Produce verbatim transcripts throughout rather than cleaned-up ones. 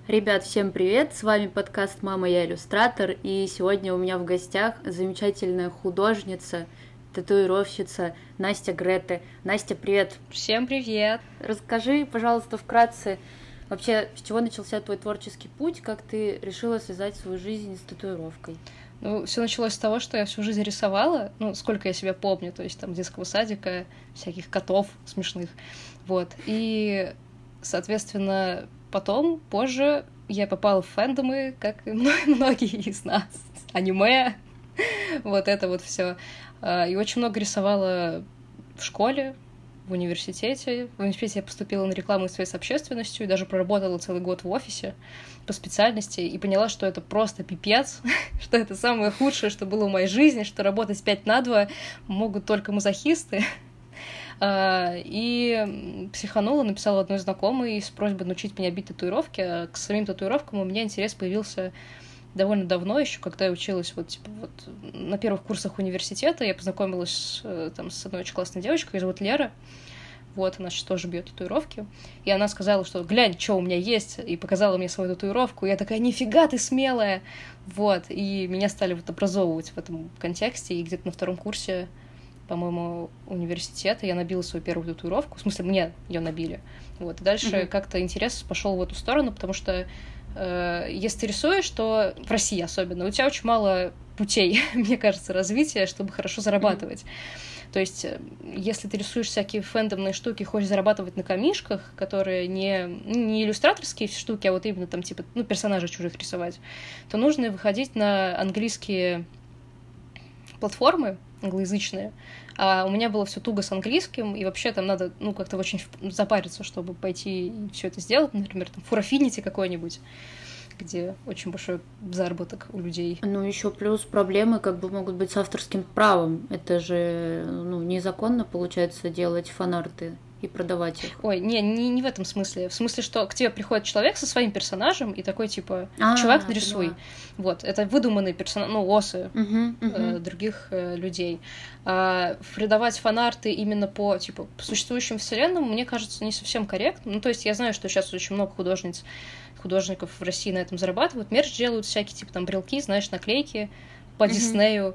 Ребят, всем привет! С вами подкаст «Мама, я иллюстратор», и сегодня у меня в гостях замечательная художница, татуировщица Настя Грете. Настя, привет! Всем привет! Расскажи, пожалуйста, вкратце, вообще, с чего начался твой творческий путь, как ты решила связать свою жизнь с татуировкой? Ну, все началось с того, что я всю жизнь рисовала, ну, сколько я себя помню, то есть там детского садика, всяких котов смешных, вот, и, соответственно, потом, позже, я попала в фэндомы, как и многие из нас, аниме, вот это вот все, и очень много рисовала в школе, в университете. В университете я поступила на рекламу и связь с общественностью, и даже проработала целый год в офисе по специальности, и поняла, что это просто пипец, что это самое худшее, что было в моей жизни, что работать пять на два могут только мазохисты. И психанула, написала одной знакомой с просьбой научить меня бить татуировки. А к самим татуировкам у меня интерес появился довольно давно, еще когда я училась вот, типа, вот на первых курсах университета. Я познакомилась там с одной очень классной девочкой, ее зовут Лера. Вот, она сейчас тоже бьет татуировки. И она сказала, что глянь, что у меня есть, и показала мне свою татуировку. И я такая, нифига ты смелая! Вот, и меня стали вот образовывать в этом контексте. И где-то на втором курсе, по-моему, университета я набила свою первую татуировку. В смысле, мне ее набили. Вот, и дальше mm-hmm. как-то интерес пошел в эту сторону, потому что э, если ты рисуешь, то в России особенно, у тебя очень мало путей, мне кажется, развития, чтобы хорошо зарабатывать. Mm-hmm. То есть, если ты рисуешь всякие фэндомные штуки, хочешь зарабатывать на комишках, которые не, не иллюстраторские штуки, а вот именно там типа ну, персонажей чужих рисовать, то нужно выходить на английские платформы, англоязычные. А у меня было все туго с английским, и вообще там надо ну, как-то очень запариться, чтобы пойти и все это сделать. Например, там Furafinity какой-нибудь, где очень большой заработок у людей. Ну, еще плюс проблемы как бы могут быть с авторским правом. Это же ну, незаконно, получается, делать фанарты и продавать их. Ой, не, не, не в этом смысле. В смысле, что к тебе приходит человек со своим персонажем и такой, типа, чувак, нарисуй. Поняла. Вот, это выдуманные персонажи, ну, осы uh-huh, uh-huh. Э, других э, людей. А продавать фанарты именно по, типа, по существующим вселенным, мне кажется, не совсем корректно. Ну, то есть я знаю, что сейчас очень много художниц, художников в России на этом зарабатывают. Мерч делают всякие, типа, там, брелки, знаешь, наклейки по uh-huh. Диснею.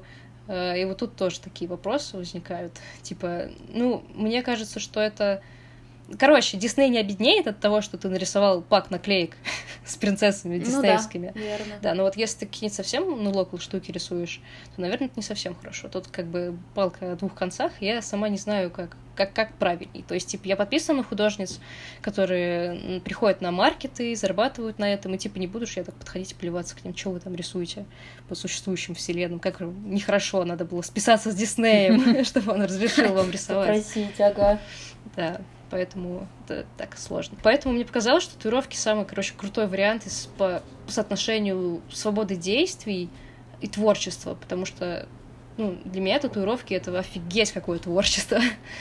И вот тут тоже такие вопросы возникают. Типа, ну, мне кажется, что это... Короче, Дисней не обеднеет от того, что ты нарисовал пак наклеек с принцессами диснеевскими. Ну да, верно. Да, но вот если ты какие-то совсем, ну, локал штуки рисуешь, то, наверное, это не совсем хорошо. Тут как бы палка о двух концах, я сама не знаю, как, как, как правильней. То есть, типа, я подписана на художниц, которые приходят на маркеты, зарабатывают на этом, и, типа, не буду же я так подходить и плеваться к ним, что вы там рисуете по существующим вселенным, как нехорошо, надо было списаться с Диснеем, чтобы он разрешил вам рисовать. Попросить, ага. Да. Поэтому это так сложно. Поэтому мне показалось, что татуировки самый, короче, крутой вариант из, по, по соотношению свободы действий и творчества, потому что ну, для меня татуировки — это офигеть какое творчество.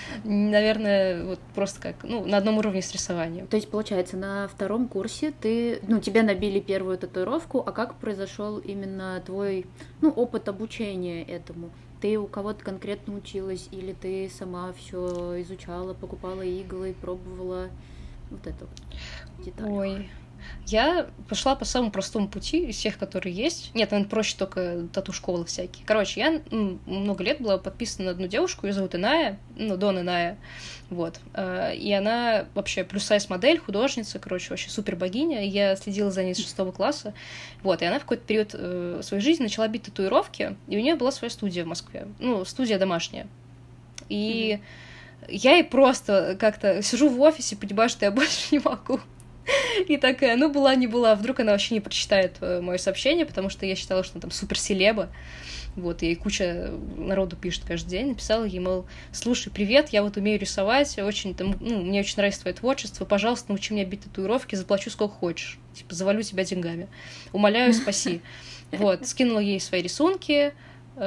Наверное, вот просто как, ну, на одном уровне с рисованием. То есть, получается, на втором курсе ты, ну, тебя набили первую татуировку, а как произошел именно твой, ну, опыт обучения этому? Ты у кого-то конкретно училась, или ты сама все изучала, покупала иглы, пробовала вот это вот детали? Ой, я пошла по самому простому пути из всех, которые есть. Нет, наверное, проще только тату-школы всякие. Короче, я ну, много лет была подписана на одну девушку, ее зовут Иная, ну, Дон Иная, вот. И она вообще плюс-сайз-модель, художница, короче, вообще супер-богиня. Я следила за ней с шестого класса, вот. И она в какой-то период э, своей жизни начала бить татуировки, и у нее была своя студия в Москве, ну, студия домашняя. И mm-hmm. я ей просто как-то сижу в офисе, понимаю, что я больше не могу. И такая, ну, была, не была, вдруг она вообще не прочитает мое сообщение, потому что я считала, что она там суперселеба. Вот, ей куча народу пишет каждый день. Написала ей, мол, слушай, привет, я вот умею рисовать, очень, там, ну, мне очень нравится твое творчество, пожалуйста, научи меня бить татуировки, заплачу сколько хочешь. Типа, завалю тебя деньгами. Умоляю, спаси. Вот, скинула ей свои рисунки,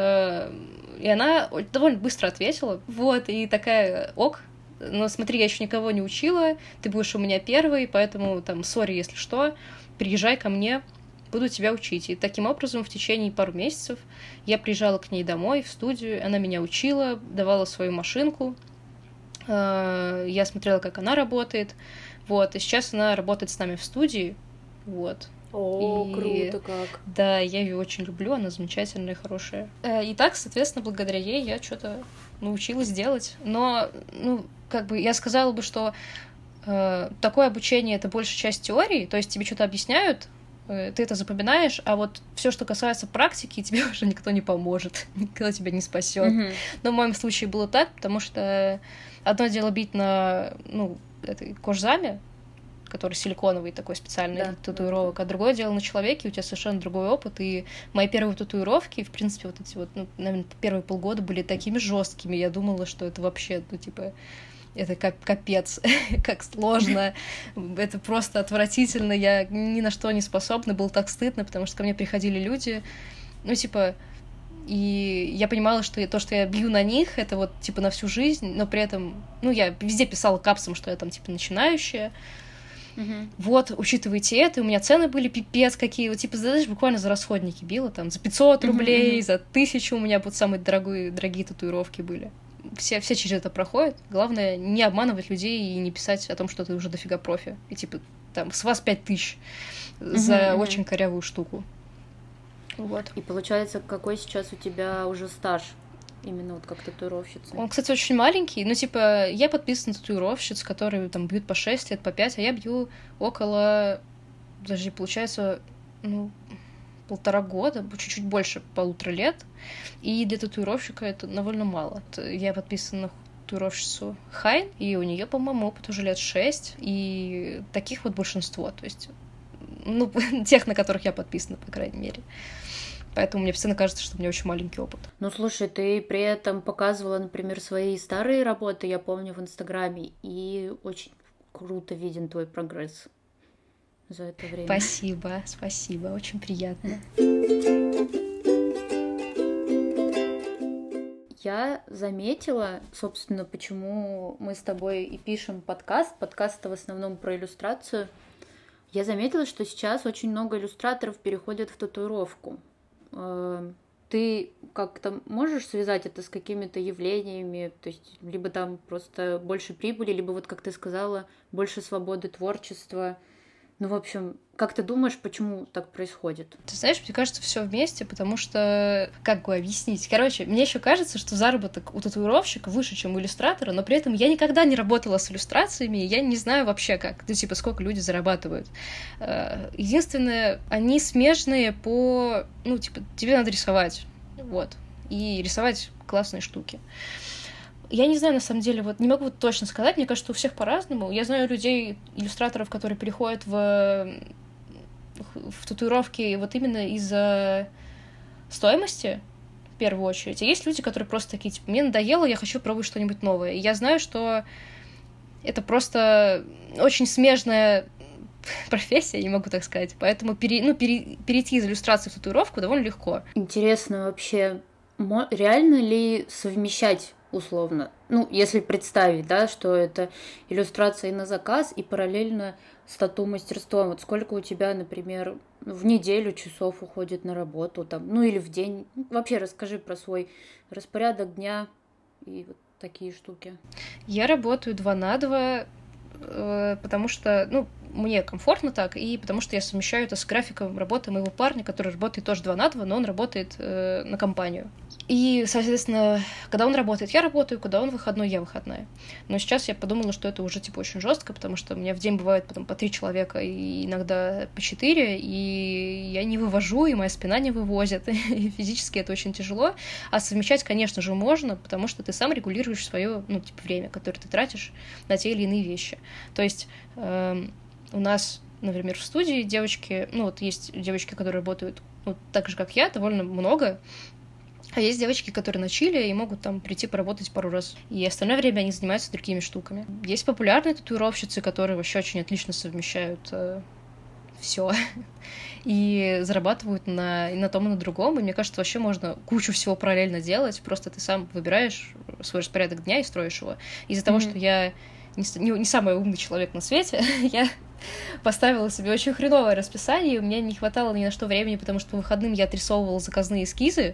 и она довольно быстро ответила. Вот, и такая, ок, но смотри, я еще никого не учила, ты будешь у меня первый, поэтому там, сори, если что, приезжай ко мне, буду тебя учить. И таким образом в течение пару месяцев я приезжала к ней домой, в студию, она меня учила, давала свою машинку, я смотрела, как она работает, вот, и сейчас она работает с нами в студии, Вот. О, И круто как. да, я ее очень люблю, она замечательная, хорошая. Э, И так, соответственно, благодаря ей я что-то научилась делать. Но, ну, как бы я сказала бы, что э, такое обучение — это большая часть теории, то есть тебе что-то объясняют, э, ты это запоминаешь, а вот все, что касается практики, тебе уже никто не поможет, никто тебя не спасет. Мгм. Но в моем случае было так, потому что одно дело бить на, ну, этой кожзаме, который силиконовый такой специальный Да, для да, татуировок, а другое дело на человеке, у тебя совершенно другой опыт, и мои первые татуировки, в принципе, вот эти вот, ну, наверное, первые полгода были такими жесткими, я думала, что это вообще, ну, типа, это кап- капец, как сложно, это просто отвратительно, я ни на что не способна, было так стыдно, потому что ко мне приходили люди, ну, типа, и я понимала, что я- то, что я бью на них, это вот, типа, на всю жизнь, но при этом, ну, я везде писала капсом, что я там, типа, начинающая. Мгм. Вот, учитывайте это, у меня цены были пипец какие, вот, типа, знаешь, буквально за расходники била, там, за пятьсот Мгм, рублей, мгм. за тысячу у меня вот самые дорогие, дорогие татуировки были. Все, все через это проходят. Главное, не обманывать людей и не писать о том, что ты уже дофига профи. И, типа, там, с вас пять тысяч за Мгм, мгм. очень корявую штуку. Вот. И получается, какой сейчас у тебя уже стаж? Именно вот как татуировщицы. Он, кстати, очень маленький, но, типа, я подписана на татуировщиц, которые там бьют по шесть лет, по пять, а я бью около, даже получается, ну, полтора года, чуть-чуть больше полутора лет, и для татуировщика это довольно мало. Т- Я подписана на татуировщицу Хайн, и у нее, по-моему, опыт уже лет шесть, и таких вот большинство, то есть, ну, тех, на которых я подписана, по крайней мере. Поэтому мне постоянно кажется, что у меня очень маленький опыт. Ну, слушай, ты при этом показывала, например, свои старые работы, я помню, в Инстаграме, и очень круто виден твой прогресс за это время. Спасибо, спасибо, очень приятно. Я заметила, собственно, почему мы с тобой и пишем подкаст. Подкаст-то в основном про иллюстрацию. Я заметила, что сейчас очень много иллюстраторов переходят в татуировку. Э, Ты как-то можешь связать это с какими-то явлениями? То есть, либо там просто больше прибыли, либо вот, как ты сказала, больше свободы творчества. Ну, в общем, как ты думаешь, почему так происходит? Ты знаешь, мне кажется, все вместе, потому что, как бы объяснить? Короче, мне еще кажется, что заработок у татуировщика выше, чем у иллюстратора, но при этом я никогда не работала с иллюстрациями, и я не знаю вообще как, ну, типа, сколько люди зарабатывают. Э, Единственное, они смежные по, ну, типа, тебе надо рисовать, вот, и рисовать классные штуки. Я не знаю, на самом деле, вот не могу вот точно сказать, мне кажется, у всех по-разному. Я знаю людей, иллюстраторов, которые переходят в, в татуировки вот именно из-за стоимости, в первую очередь. А есть люди, которые просто такие, типа, мне надоело, я хочу пробовать что-нибудь новое. И я знаю, что это просто очень смежная профессия, не могу так сказать. Поэтому пере, ну, пере, перейти из иллюстрации в татуировку довольно легко. Интересно вообще, мо- реально ли совмещать условно? Ну, если представить, да, что это иллюстрация на заказ и параллельно с тату-мастерством. Вот сколько у тебя, например, в неделю часов уходит на работу, там, ну или в день? Ну, вообще расскажи про свой распорядок дня и вот такие штуки. Я работаю два на два, э, потому что, ну, мне комфортно так, и потому что я совмещаю это с графиком работы моего парня, который работает тоже два на два, но он работает э, на компанию. И, соответственно, когда он работает, я работаю, когда он выходной, я выходная. Но сейчас я подумала, что это уже, типа, очень жестко, потому что у меня в день бывает потом по три человека, и иногда по четыре, и я не вывожу, и моя спина не вывозит, и физически это очень тяжело. А совмещать, конечно же, можно, потому что ты сам регулируешь свое, ну, типа, время, которое ты тратишь на те или иные вещи. То есть эм, у нас, например, в студии девочки, ну, вот есть девочки, которые работают, ну, так же, как я, довольно много. А есть девочки, которые на чиле и могут там прийти поработать пару раз. И остальное время они занимаются другими штуками. Есть популярные татуировщицы, которые вообще очень отлично совмещают э, все и зарабатывают на, и на том, и на другом. И мне кажется, вообще можно кучу всего параллельно делать. Просто ты сам выбираешь свой распорядок дня и строишь его. Из-за mm-hmm. того, что я не, не, не самый умный человек на свете, я поставила себе очень хреновое расписание, и у меня не хватало ни на что времени, потому что по выходным я отрисовывала заказные эскизы,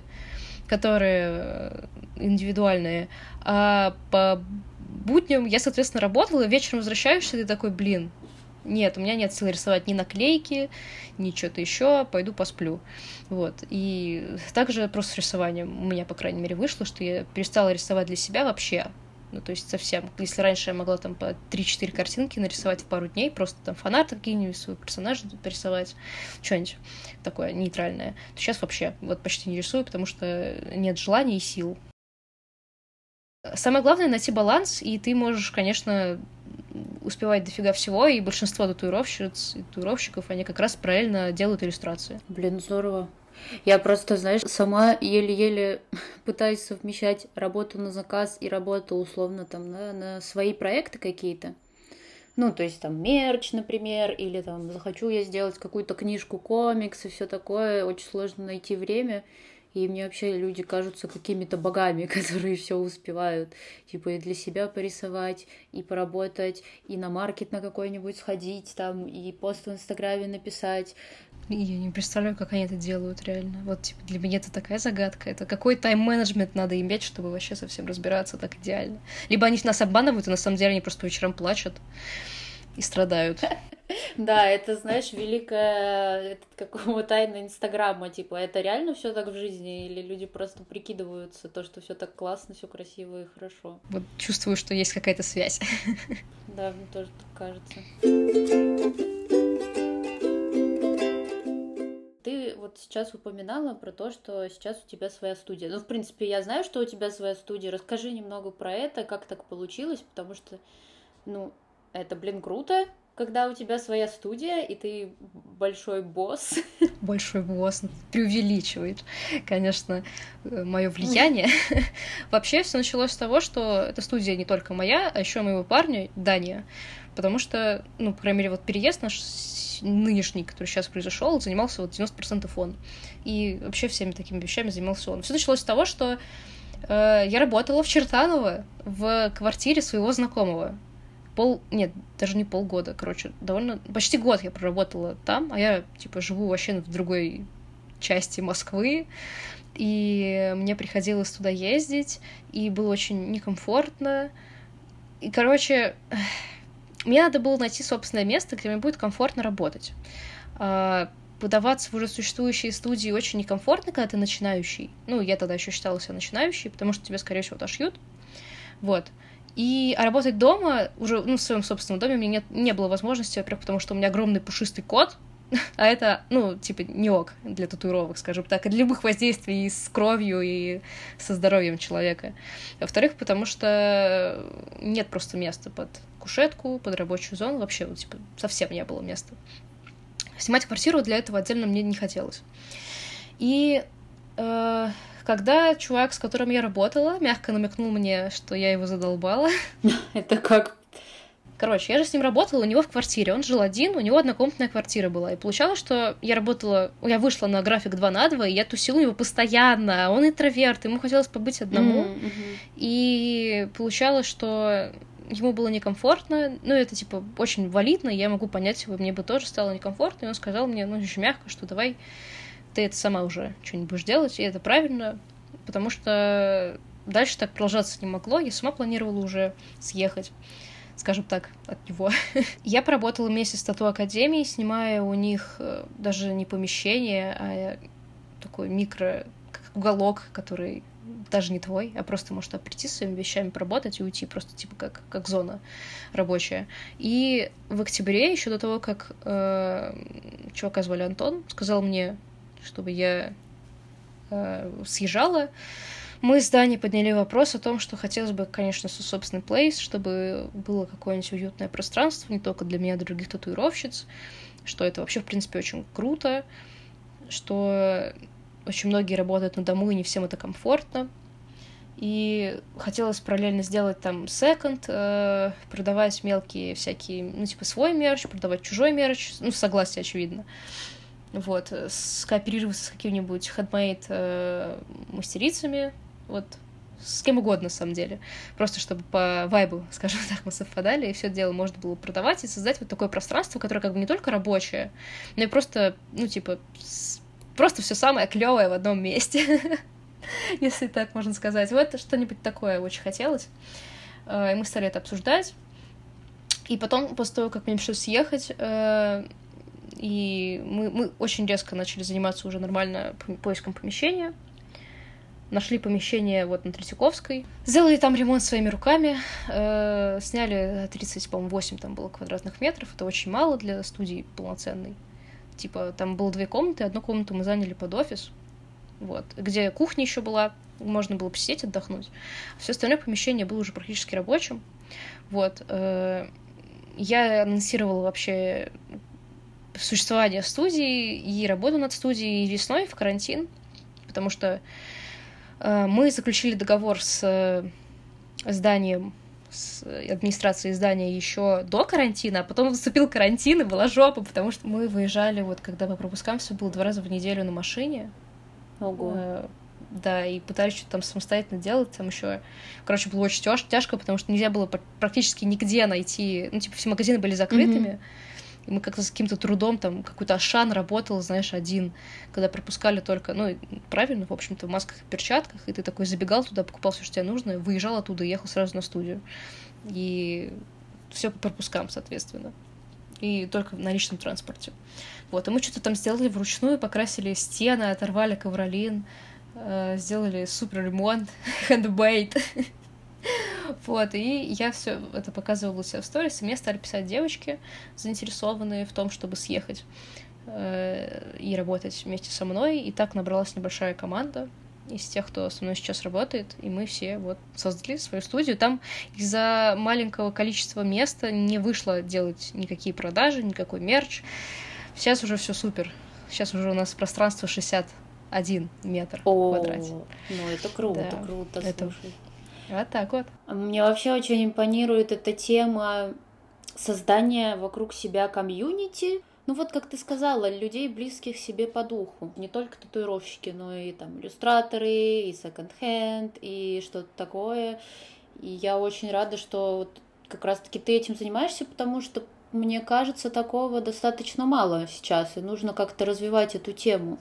которые индивидуальные, а по будням я, соответственно, работала, и вечером возвращаешься, и ты такой, блин, нет, у меня нет сил рисовать ни наклейки, ни что-то еще, пойду посплю. Вот. И также просто с рисованием у меня, по крайней мере, вышло, что я перестала рисовать для себя вообще. Ну, то есть совсем. Если раньше я могла там по три-четыре картинки нарисовать в пару дней, просто там фанарты какие-нибудь, своего персонажа порисовать, что-нибудь такое нейтральное, то сейчас вообще вот почти не рисую, потому что нет желания и сил. Самое главное — найти баланс, и ты можешь, конечно, успевать дофига всего, и большинство татуировщиц и татуировщиков, они как раз параллельно делают иллюстрации. Блин, здорово. Я просто, знаешь, сама еле-еле пытаюсь совмещать работу на заказ и работу условно там на, на свои проекты какие-то. Ну, то есть там мерч, например, или там захочу я сделать какую-то книжку, комикс и все такое. Очень сложно найти время. И мне вообще люди кажутся какими-то богами, которые все успевают. Типа и для себя порисовать, и поработать, и на маркет на какой-нибудь сходить, там, и пост в Инстаграме написать. Я не представляю, как они это делают реально. Вот, типа, для меня это такая загадка. Это какой тайм-менеджмент надо иметь, чтобы вообще совсем разбираться так идеально. Либо они нас обманывают, и на самом деле они просто по вечерам плачут и страдают. Да, это, знаешь, великая какого тайна Инстаграма, типа, это реально все так в жизни, или люди просто прикидываются, то, что все так классно, все красиво и хорошо. Вот чувствую, что есть какая-то связь. Да, мне тоже так кажется. Ты вот сейчас упоминала про то, что сейчас у тебя своя студия. Ну, в принципе, я знаю, что у тебя своя студия. Расскажи немного про это, как так получилось, потому что, ну, это, блин, круто, когда у тебя своя студия, и ты большой босс. Большой босс преувеличивает, конечно, мое влияние. Вообще все началось с того, что эта студия не только моя, а еще моего парня, Дания. Потому что, ну, по крайней мере, вот переезд наш нынешний, который сейчас произошел, занимался вот девяносто процентов он. И вообще всеми такими вещами занимался он. Все началось с того, что э, я работала в Чертаново в квартире своего знакомого. Пол... Нет, даже не полгода, короче, довольно... Почти год я проработала там, а я, типа, живу вообще в другой части Москвы, и мне приходилось туда ездить, и было очень некомфортно. И, короче, мне надо было найти собственное место, где мне будет комфортно работать. Подаваться в уже существующие студии очень некомфортно, когда ты начинающий. Ну, я тогда еще считала себя начинающей, потому что тебя, скорее всего, отошьют. Вот. И а работать дома, уже ну, в своем собственном доме, у меня нет, не было возможности, во-первых, потому что у меня огромный пушистый кот, а это, ну, типа, не ок для татуировок, скажем так, и для любых воздействий и с кровью, и со здоровьем человека. Во-вторых, потому что нет просто места под кушетку, под рабочую зону, вообще, вот, типа, совсем не было места. Снимать квартиру для этого отдельно мне не хотелось. И... Э- Когда чувак, с которым я работала, мягко намекнул мне, что я его задолбала. Это как? Короче, я же с ним работала, у него в квартире. Он жил один, у него однокомнатная квартира была. И получалось, что я работала... Я вышла на график два на два, и я тусила у него постоянно. Он интроверт, ему хотелось побыть одному. Mm-hmm. И получалось, что ему было некомфортно. Ну, это, типа, очень валидно, я могу понять его, мне бы тоже стало некомфортно. И он сказал мне, ну, очень мягко, что давай... ты это сама уже что-нибудь будешь делать, и это правильно, потому что дальше так продолжаться не могло, я сама планировала уже съехать, скажем так, от него. Я поработала месяц в тату-академии, снимая у них даже не помещение, а такой микро уголок, который даже не твой, а просто может прийти с своими вещами, поработать и уйти, просто типа как, как зона рабочая. И в октябре, еще до того, как э, чувака звали Антон, сказал мне, чтобы я э, съезжала. Мы с Даней подняли вопрос о том, что хотелось бы, конечно, свой собственный плейс, чтобы было какое-нибудь уютное пространство, не только для меня, а для других татуировщиц, что это вообще, в принципе, очень круто, что очень многие работают на дому, и не всем это комфортно. И хотелось параллельно сделать там секонд, э, продавать мелкие всякие, ну, типа свой мерч, продавать чужой мерч, ну, согласие, очевидно. Вот, скооперироваться с какими-нибудь хендмейд э, мастерицами, вот, с кем угодно, на самом деле. Просто чтобы по вайбу, скажем так, мы совпадали, и все это дело можно было продавать и создать вот такое пространство, которое как бы не только рабочее, но и просто, ну, типа, просто все самое клевое в одном месте, если так можно сказать. Вот что-нибудь такое очень хотелось. И мы стали это обсуждать. И потом, после того, как мне пришлось съехать, э, и мы, мы очень резко начали заниматься уже нормально поиском помещения. Нашли помещение вот на Третьяковской. Сделали там ремонт своими руками. Э, сняли тридцать, по-моему, восемь там было квадратных метров. Это очень мало для студии полноценной. Типа, там было две комнаты, одну комнату мы заняли под офис. Вот. Где кухня еще была, можно было посидеть, отдохнуть. Все остальное помещение было уже практически рабочим. Вот. Э, я анонсировала вообще существование студии и работу над студией весной в карантин, потому что мы заключили договор с зданием, с администрацией здания еще до карантина, а потом наступил карантин, и была жопа, потому что мы выезжали, вот когда по пропускам все было два раза в неделю на машине. Ого. Да, и пытались что-то там самостоятельно делать, там еще, короче, было очень тяжко, потому что нельзя было практически нигде найти, ну, типа, все магазины были закрытыми, mm-hmm. И мы как-то с каким-то трудом, там, какой-то Ашан работал, знаешь, один, когда пропускали только, ну, правильно, в общем-то, в масках и перчатках, и ты такой забегал туда, покупал все, что тебе нужно, выезжал оттуда и ехал сразу на студию. И все по пропускам, соответственно. И только на личном транспорте. Вот, и мы что-то там сделали вручную, покрасили стены, оторвали ковролин, э, сделали супер ремонт, handmade. Вот, и я все это показывала у себя в сторис, и мне стали писать девочки, заинтересованные в том, чтобы съехать э, и работать вместе со мной, и так набралась небольшая команда из тех, кто со мной сейчас работает, и мы все вот создали свою студию. Там из-за маленького количества места не вышло делать никакие продажи, никакой мерч. Сейчас уже все супер. Сейчас уже у нас пространство шестьдесят один метр в квадрате. Ну, это круто, да, круто, это... слушай. Вот так вот. Мне вообще очень импонирует эта тема создания вокруг себя комьюнити. Ну вот, как ты сказала, людей, близких себе по духу. Не только татуировщики, но и там иллюстраторы, и секонд-хенд, и что-то такое. И я очень рада, что вот как раз-таки ты этим занимаешься, потому что, мне кажется, такого достаточно мало сейчас, и нужно как-то развивать эту тему.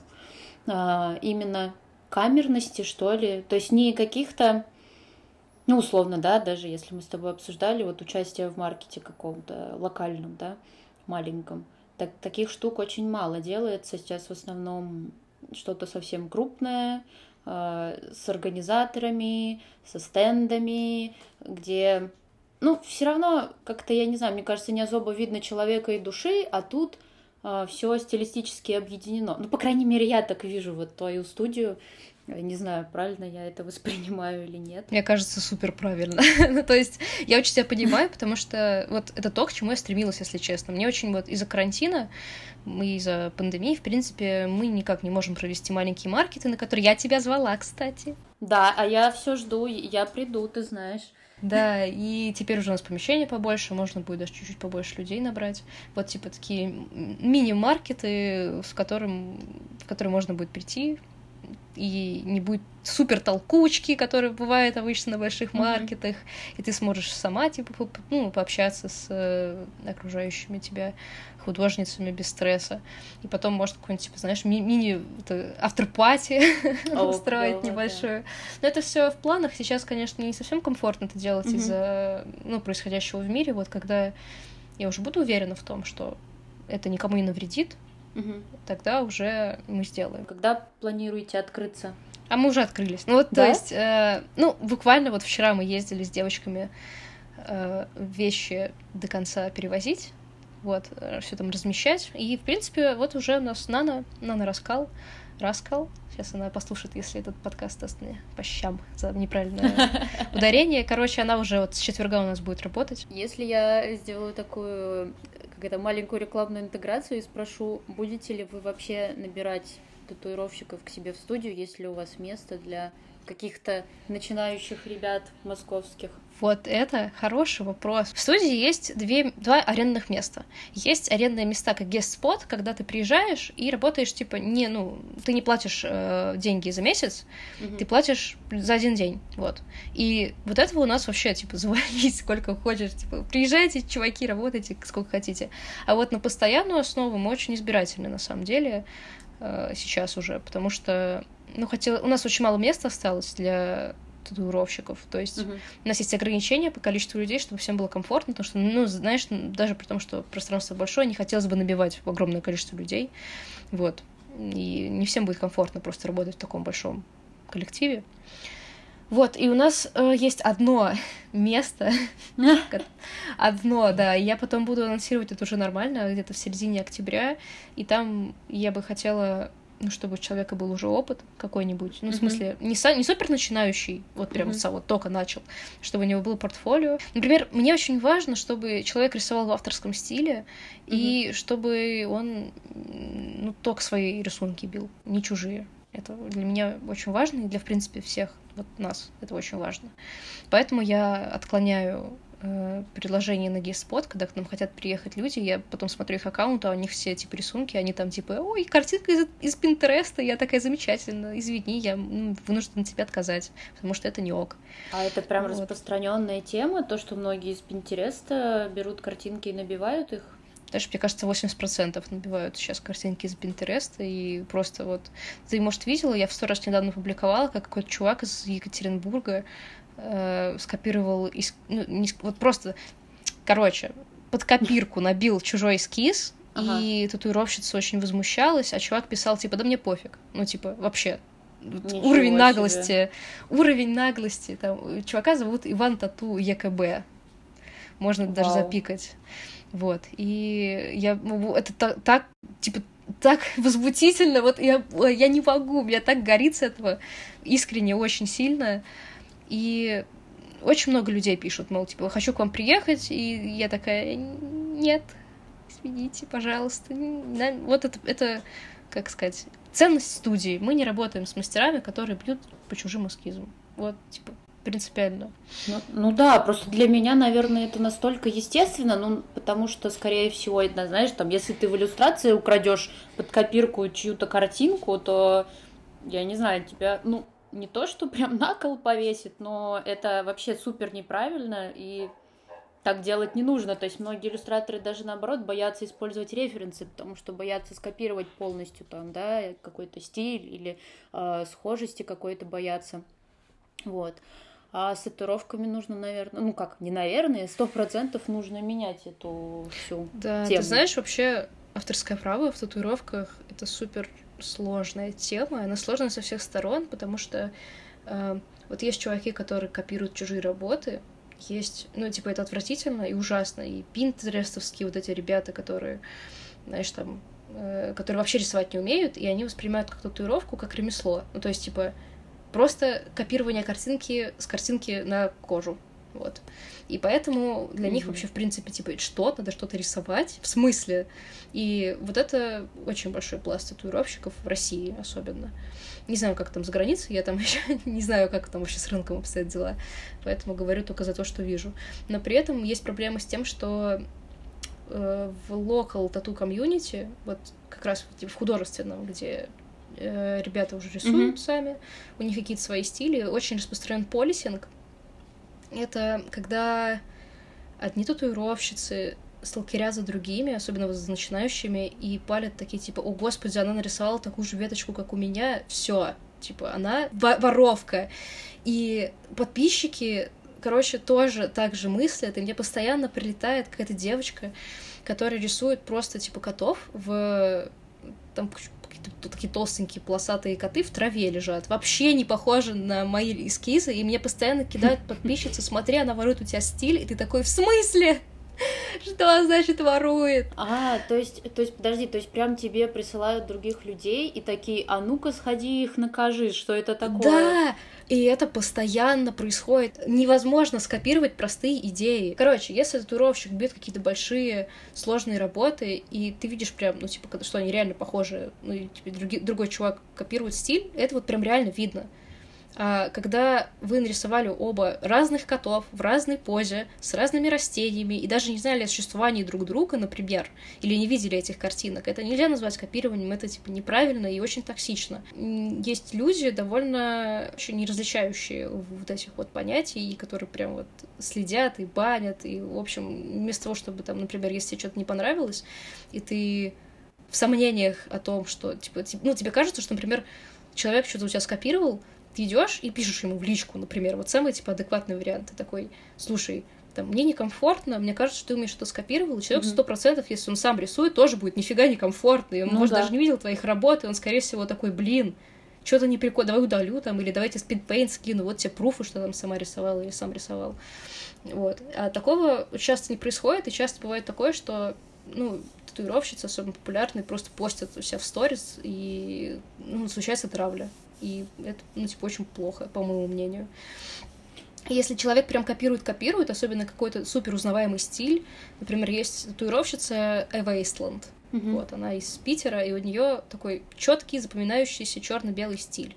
А, именно камерности, что ли. То есть не каких-то... Ну, условно, да, даже если мы с тобой обсуждали вот участие в маркете каком-то локальном, да, маленьком, так, таких штук очень мало делается. Сейчас в основном что-то совсем крупное, э, с организаторами, со стендами, где, ну, все равно как-то, я не знаю, мне кажется, не особо видно человека и души, а тут э, все стилистически объединено. Ну, по крайней мере, я так вижу вот твою студию. Не знаю, правильно я это воспринимаю или нет. Мне кажется, супер правильно. Ну, то есть я очень тебя понимаю, потому что вот это то, к чему я стремилась, если честно. Мне очень вот из-за карантина, мы из-за пандемии, в принципе, мы никак не можем провести маленькие маркеты, на которые я тебя звала, кстати. Да, а я все жду, я приду, ты знаешь. Да, и теперь уже у нас помещение побольше, можно будет даже чуть-чуть побольше людей набрать. Вот типа такие мини-маркеты, в, котором, в которые можно будет прийти, и не будет супер толкучки, которые бывают обычно на больших маркетах, mm-hmm. и ты сможешь сама типа по, ну, пообщаться с э, окружающими тебя художницами без стресса. И потом, может, какой-нибудь, типа, знаешь, ми- мини автор-пати oh, устроить oh, небольшую. Yeah. Но это все в планах. Сейчас, конечно, не совсем комфортно это делать mm-hmm. из-за ну, происходящего в мире. Вот когда я уже буду уверена в том, что это никому не навредит, угу. тогда уже мы сделаем. Когда планируете открыться? А мы уже открылись. Ну вот, да? То есть, э, ну, буквально вот вчера мы ездили с девочками э, вещи до конца перевозить, вот, все там размещать, и, в принципе, вот уже у нас Нана, Нана Раскал, Раскал, сейчас она послушает, если этот подкаст даст мне по щам за неправильное ударение. Короче, она уже вот с четверга у нас будет работать. Если я сделаю такую... какую-то маленькую рекламную интеграцию и спрошу, будете ли вы вообще набирать татуировщиков к себе в студию, есть ли у вас место для каких-то начинающих ребят московских? Вот это хороший вопрос. В студии есть две, два арендных места. Есть арендные места как гест-спот, когда ты приезжаешь и работаешь, типа, не, ну, ты не платишь э, деньги за месяц, угу. ты платишь за один день, вот. И вот этого у нас вообще, типа, завалить сколько хочешь, типа, приезжайте, чуваки, работайте сколько хотите. А вот на постоянную основу мы очень избирательны, на самом деле, э, сейчас уже, потому что, ну, хотела... у нас очень мало места осталось для татуировщиков. То есть Мгм. у нас есть ограничения по количеству людей, чтобы всем было комфортно, потому что, ну, знаешь, даже при том, что пространство большое, не хотелось бы набивать огромное количество людей. Вот. И не всем будет комфортно просто работать в таком большом коллективе. Вот, и у нас э, есть одно место, одно, да, и я потом буду анонсировать это уже нормально, где-то в середине октября, и там я бы хотела, ну, чтобы у человека был уже опыт какой-нибудь, ну, в Мгм. смысле, не, са- не супер начинающий, вот прям Мгм. сам вот только начал, чтобы у него было портфолио. Например, мне очень важно, чтобы человек рисовал в авторском стиле, и чтобы он, м, ну, только свои рисунки бил, не чужие. Это для меня очень важно, и для, в принципе, всех вот нас это очень важно. Поэтому я отклоняю э, предложение на гест-спот, когда к нам хотят приехать люди, я потом смотрю их аккаунт, а у них все, типа, рисунки, они там, типа, ой, картинка из, из Пинтереста, я такая замечательная, извини, я м, вынуждена тебе отказать, потому что это не ок. А это прям Вот. распространенная тема, то, что многие из Пинтереста берут картинки и набивают их. Даже, мне кажется, восемьдесят процентов набивают сейчас картинки из Пинтереста, и просто вот... Ты, может, видела, я в сто раз недавно публиковала, как какой-то чувак из Екатеринбурга э, скопировал... Из... Ну, не... Вот просто... Короче, под копирку набил чужой эскиз, Ага. и татуировщица очень возмущалась, а чувак писал, типа, да мне пофиг. Ну, типа, вообще... Ничего уровень себе. наглости, уровень наглости, там, чувака зовут Иван Тату ЕКБ. Можно даже Вау. запикать. Вот, и я, ну, это так, так, типа, так возмутительно, вот я, я не могу, у меня так горит с этого искренне очень сильно, и очень много людей пишут, мол, типа, хочу к вам приехать, и я такая, нет, извините, пожалуйста, вот это, это, как сказать, ценность студии, мы не работаем с мастерами, которые бьют по чужим эскизам, вот, типа, принципиально. Ну, ну да, просто для меня, наверное, это настолько естественно, ну, потому что, скорее всего, это, знаешь, там, если ты в иллюстрации украдешь под копирку чью-то картинку, то, я не знаю, тебя, ну, не то, что прям на кол повесит, но это вообще супер неправильно, и так делать не нужно. То есть многие иллюстраторы даже, наоборот, боятся использовать референсы, потому что боятся скопировать полностью там, да, какой-то стиль или э, схожести какой-то боятся. Вот. А с татуировками нужно, наверное, ну как, не наверное, сто процентов нужно менять эту всю Да, тему. ты знаешь, вообще авторское право в татуировках — это супер сложная тема, она сложная со всех сторон, потому что э, вот есть чуваки, которые копируют чужие работы, есть, ну, типа, это отвратительно и ужасно, и пинтерестовские вот эти ребята, которые, знаешь, там, э, которые вообще рисовать не умеют, и они воспринимают как татуировку, как ремесло, ну, то есть, типа, просто копирование картинки с картинки на кожу, вот. И поэтому для mm-hmm. них вообще, в принципе, типа, что, надо что-то рисовать, в смысле. И вот это очень большой пласт татуировщиков в России особенно. Не знаю, как там за границей, я там еще не знаю, как там вообще с рынком обстоят дела, поэтому говорю только за то, что вижу. Но при этом есть проблема с тем, что э, в local tattoo community, вот как раз типа, в художественном, где ребята уже рисуют mm-hmm. сами, у них какие-то свои стили, очень распространен полисинг. Это когда одни татуировщицы сталкерят за другими, особенно за начинающими, и палят такие, типа, о, господи, она нарисовала такую же веточку, как у меня, все, типа, она воровка. И подписчики, короче, тоже так же мыслят, и мне постоянно прилетает какая-то девочка, которая рисует просто, типа, котов в... там тут такие толстенькие полосатые коты в траве лежат. Вообще не похожи на мои эскизы, и мне постоянно кидают подписчицы, смотри, она ворует у тебя стиль, и ты такой, в смысле? Что значит ворует? А, то есть, то есть, подожди, то есть прям тебе присылают других людей и такие, а ну-ка сходи их накажи, что это такое? Да, и это постоянно происходит. Невозможно скопировать простые идеи. Короче, если татуировщик бьет какие-то большие сложные работы, и ты видишь прям, ну, типа, что они реально похожи, ну, и тебе други, другой чувак копирует стиль, это вот прям реально видно. А когда вы нарисовали оба разных котов в разной позе, с разными растениями, и даже не знали о существовании друг друга, например, или не видели этих картинок, это нельзя назвать копированием, это типа неправильно и очень токсично. Есть люди, довольно еще не различающие вот этих вот понятий, которые прям вот следят и банят, и, в общем, вместо того, чтобы там, например, если тебе что-то не понравилось, и ты в сомнениях о том, что, типа, ну, тебе кажется, что, например, человек что-то у тебя скопировал, ты идешь и пишешь ему в личку, например, вот самый, типа, адекватный вариант. Ты такой, слушай, там, мне некомфортно, мне кажется, что ты у меня что-то скопировал, и человек сто процентов, если он сам рисует, тоже будет нифига некомфортно, и он, ну, может, да. даже не видел твоих работ, и он, скорее всего, такой, блин, что-то не прикольно, давай удалю там, или давайте спидпейнт скину, вот тебе пруфы, что там сама рисовала или сам рисовал. Вот. А такого часто не происходит, и часто бывает такое, что, ну, татуировщицы, особенно популярные, просто постят у себя в сторис, и, ну, случается травля. И это, ну, типа, очень плохо, по моему мнению. Если человек прям копирует-копирует, особенно какой-то супер узнаваемый стиль, например, есть татуировщица Эва Эйстланд, mm-hmm. вот, она из Питера, и у нее такой четкий, запоминающийся черно-белый стиль.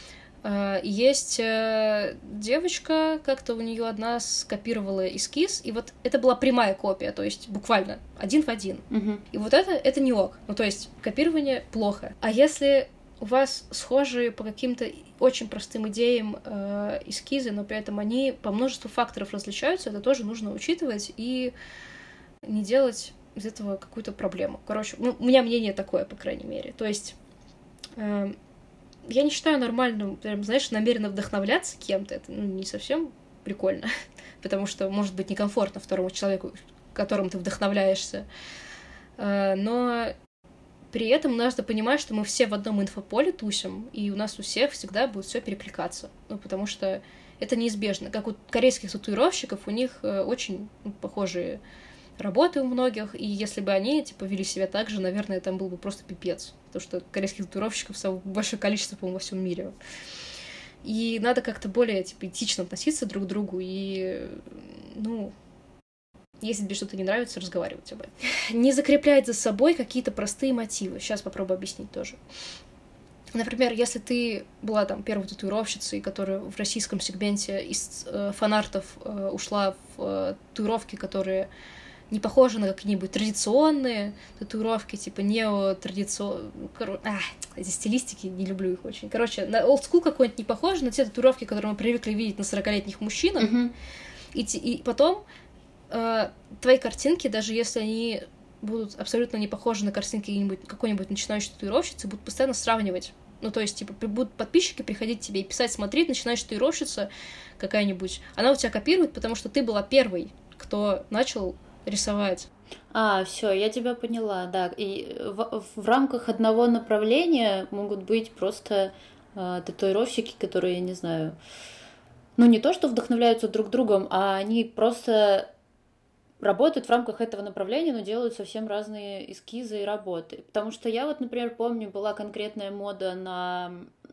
Есть девочка, как-то у нее одна скопировала эскиз, и вот это была прямая копия, то есть буквально один в один. Mm-hmm. И вот это, это не ок, ну то есть копирование плохо. А если у вас схожие по каким-то очень простым идеям э, эскизы, но при этом они по множеству факторов различаются, это тоже нужно учитывать и не делать из этого какую-то проблему. Короче, ну, у меня мнение такое, по крайней мере. То есть э, я не считаю нормальным, прям, знаешь, намеренно вдохновляться кем-то. Это, ну, не совсем прикольно, потому что может быть некомфортно второму человеку, которым ты вдохновляешься. Э, но при этом надо понимать, что мы все в одном инфополе тусим, и у нас у всех всегда будет все перекликаться. Ну, потому что это неизбежно. Как у корейских татуировщиков, у них очень, ну, похожие работы у многих, и если бы они, типа, вели себя так же, наверное, там был бы просто пипец. Потому что корейских татуировщиков самое большое количество, по-моему, во всем мире. И надо как-то более, типа, этично относиться друг к другу, и, ну... Если тебе что-то не нравится, разговаривать об этом. Не закреплять за собой какие-то простые мотивы. Сейчас попробую объяснить тоже. Например, если ты была там первой татуировщицей, которая в российском сегменте из э, фанартов э, ушла в э, татуировки, которые не похожи на какие-нибудь традиционные татуировки, типа нео-традиционные... Кор... А, эти стилистики, не люблю их очень. Короче, на олдскул какой-нибудь не похож, на те татуировки, которые мы привыкли видеть на сорокалетних мужчинах. Mm-hmm. И, и потом... твои картинки, даже если они будут абсолютно не похожи на картинки какой-нибудь начинающей татуировщицы, будут постоянно сравнивать. Ну, то есть, типа, будут подписчики приходить к тебе и писать, смотри, начинающая татуировщица какая-нибудь, она у тебя копирует, потому что ты была первой, кто начал рисовать. А, все, я тебя поняла, да. И в, в рамках одного направления могут быть просто э, татуировщики, которые, я не знаю, ну, не то, что вдохновляются друг другом, а они просто... работают в рамках этого направления, но делают совсем разные эскизы и работы. Потому что я вот, например, помню, была конкретная мода на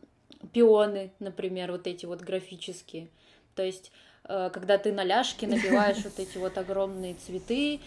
пионы, например, вот эти вот графические. То есть, когда ты на ляжке набиваешь вот эти вот огромные цветы,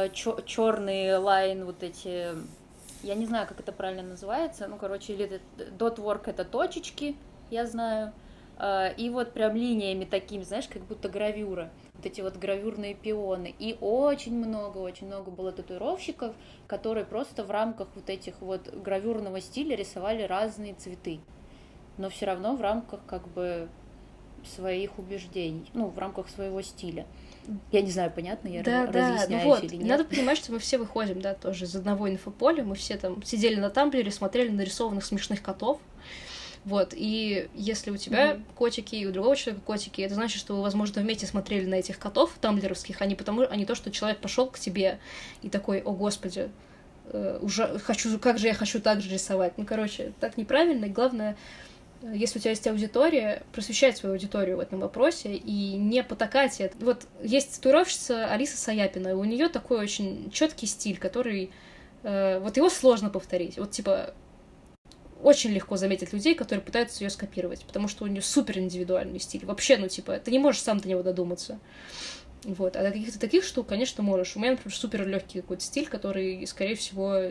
черный лайн, вот эти... Я не знаю, как это правильно называется. Ну, короче, или dot-work — это точечки, я знаю. И вот прям линиями такими, знаешь, как будто гравюра. Вот эти вот гравюрные пионы. И очень много, очень много было татуировщиков, которые просто в рамках вот этих вот гравюрного стиля рисовали разные цветы. Но все равно в рамках как бы своих убеждений, ну, в рамках своего стиля. Я не знаю, понятно, я да, разъясняюсь да, ну вот, или нет. Надо понимать, что мы все выходим, да, тоже из одного инфополя. Мы все там сидели на тамблере, смотрели нарисованных смешных котов. Вот, и если у тебя mm-hmm. котики, и у другого человека котики, это значит, что вы, возможно, вместе смотрели на этих котов тамблеровских, а не потому, а не то, что человек пошел к тебе и такой: о, господи, э, уже хочу, как же я хочу так же рисовать. Ну, короче, так неправильно, и главное, если у тебя есть аудитория, просвещать свою аудиторию в этом вопросе и не потакать это. Вот есть татуировщица Алиса Саяпина, и у нее такой очень четкий стиль, который... Э, вот его сложно повторить. Вот, типа... Очень легко заметить людей, которые пытаются ее скопировать, потому что у нее супер индивидуальный стиль. Вообще, ну, типа, ты не можешь сам до него додуматься. Вот. А до каких-то таких штук, конечно, можешь. У меня, например, супер легкий какой-то стиль, который, скорее всего,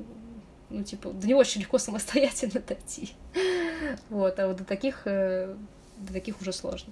ну, типа, до него очень легко самостоятельно дойти. Вот. А вот до таких, до таких уже сложно.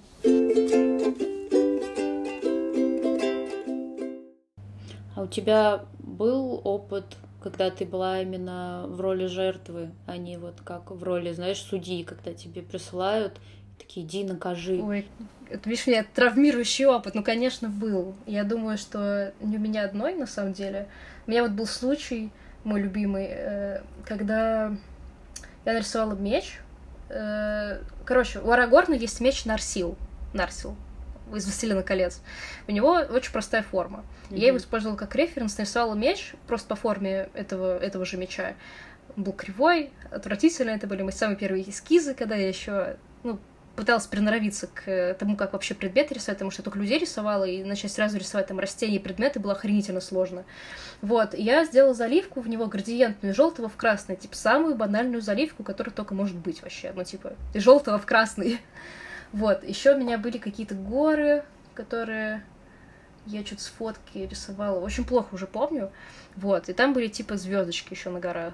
А у тебя был опыт, когда ты была именно в роли жертвы, а не вот как в роли, знаешь, судьи, когда тебе присылают, такие: иди накажи. Ой, это, видишь, у меня травмирующий опыт. Ну, конечно, был. Я думаю, что не у меня одной, на самом деле. У меня вот был случай, мой любимый, когда я нарисовала меч, Э, короче, у Арагорна есть меч Нарсил. Нарсил. Из «Властелина колец». У него очень простая форма. Mm-hmm. Я его использовала как референс, нарисовала меч просто по форме этого, этого же меча. Он был кривой, отвратительно. Это были мои самые первые эскизы, когда я еще ну, пыталась приноровиться к тому, как вообще предметы рисовать, потому что я только людей рисовала, и начать сразу рисовать там растения и предметы было охренительно сложно. Вот, и я сделала заливку, в него градиентную из желтого в красный, типа самую банальную заливку, которая только может быть вообще, ну типа из желтого в красный. Вот, еще у меня были какие-то горы, которые я что-то с фотки рисовала, очень плохо уже помню, вот, и там были типа звездочки еще на горах.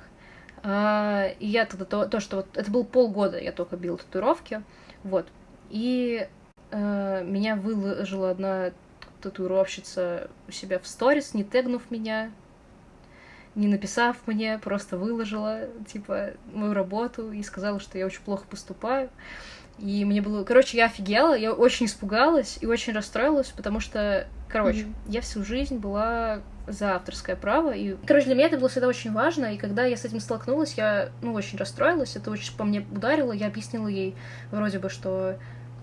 А, и я тогда то, то, что вот это было полгода, я только била татуировки, вот, и э, меня выложила одна татуировщица у себя в сторис, не тегнув меня, не написав мне, просто выложила, типа, мою работу и сказала, что я очень плохо поступаю. И мне было... Короче, я офигела, я очень испугалась и очень расстроилась, потому что, короче, mm-hmm. я всю жизнь была за авторское право, и, короче, для меня это было всегда очень важно, и когда я с этим столкнулась, я, ну, очень расстроилась, это очень по мне ударило, я объяснила ей вроде бы, что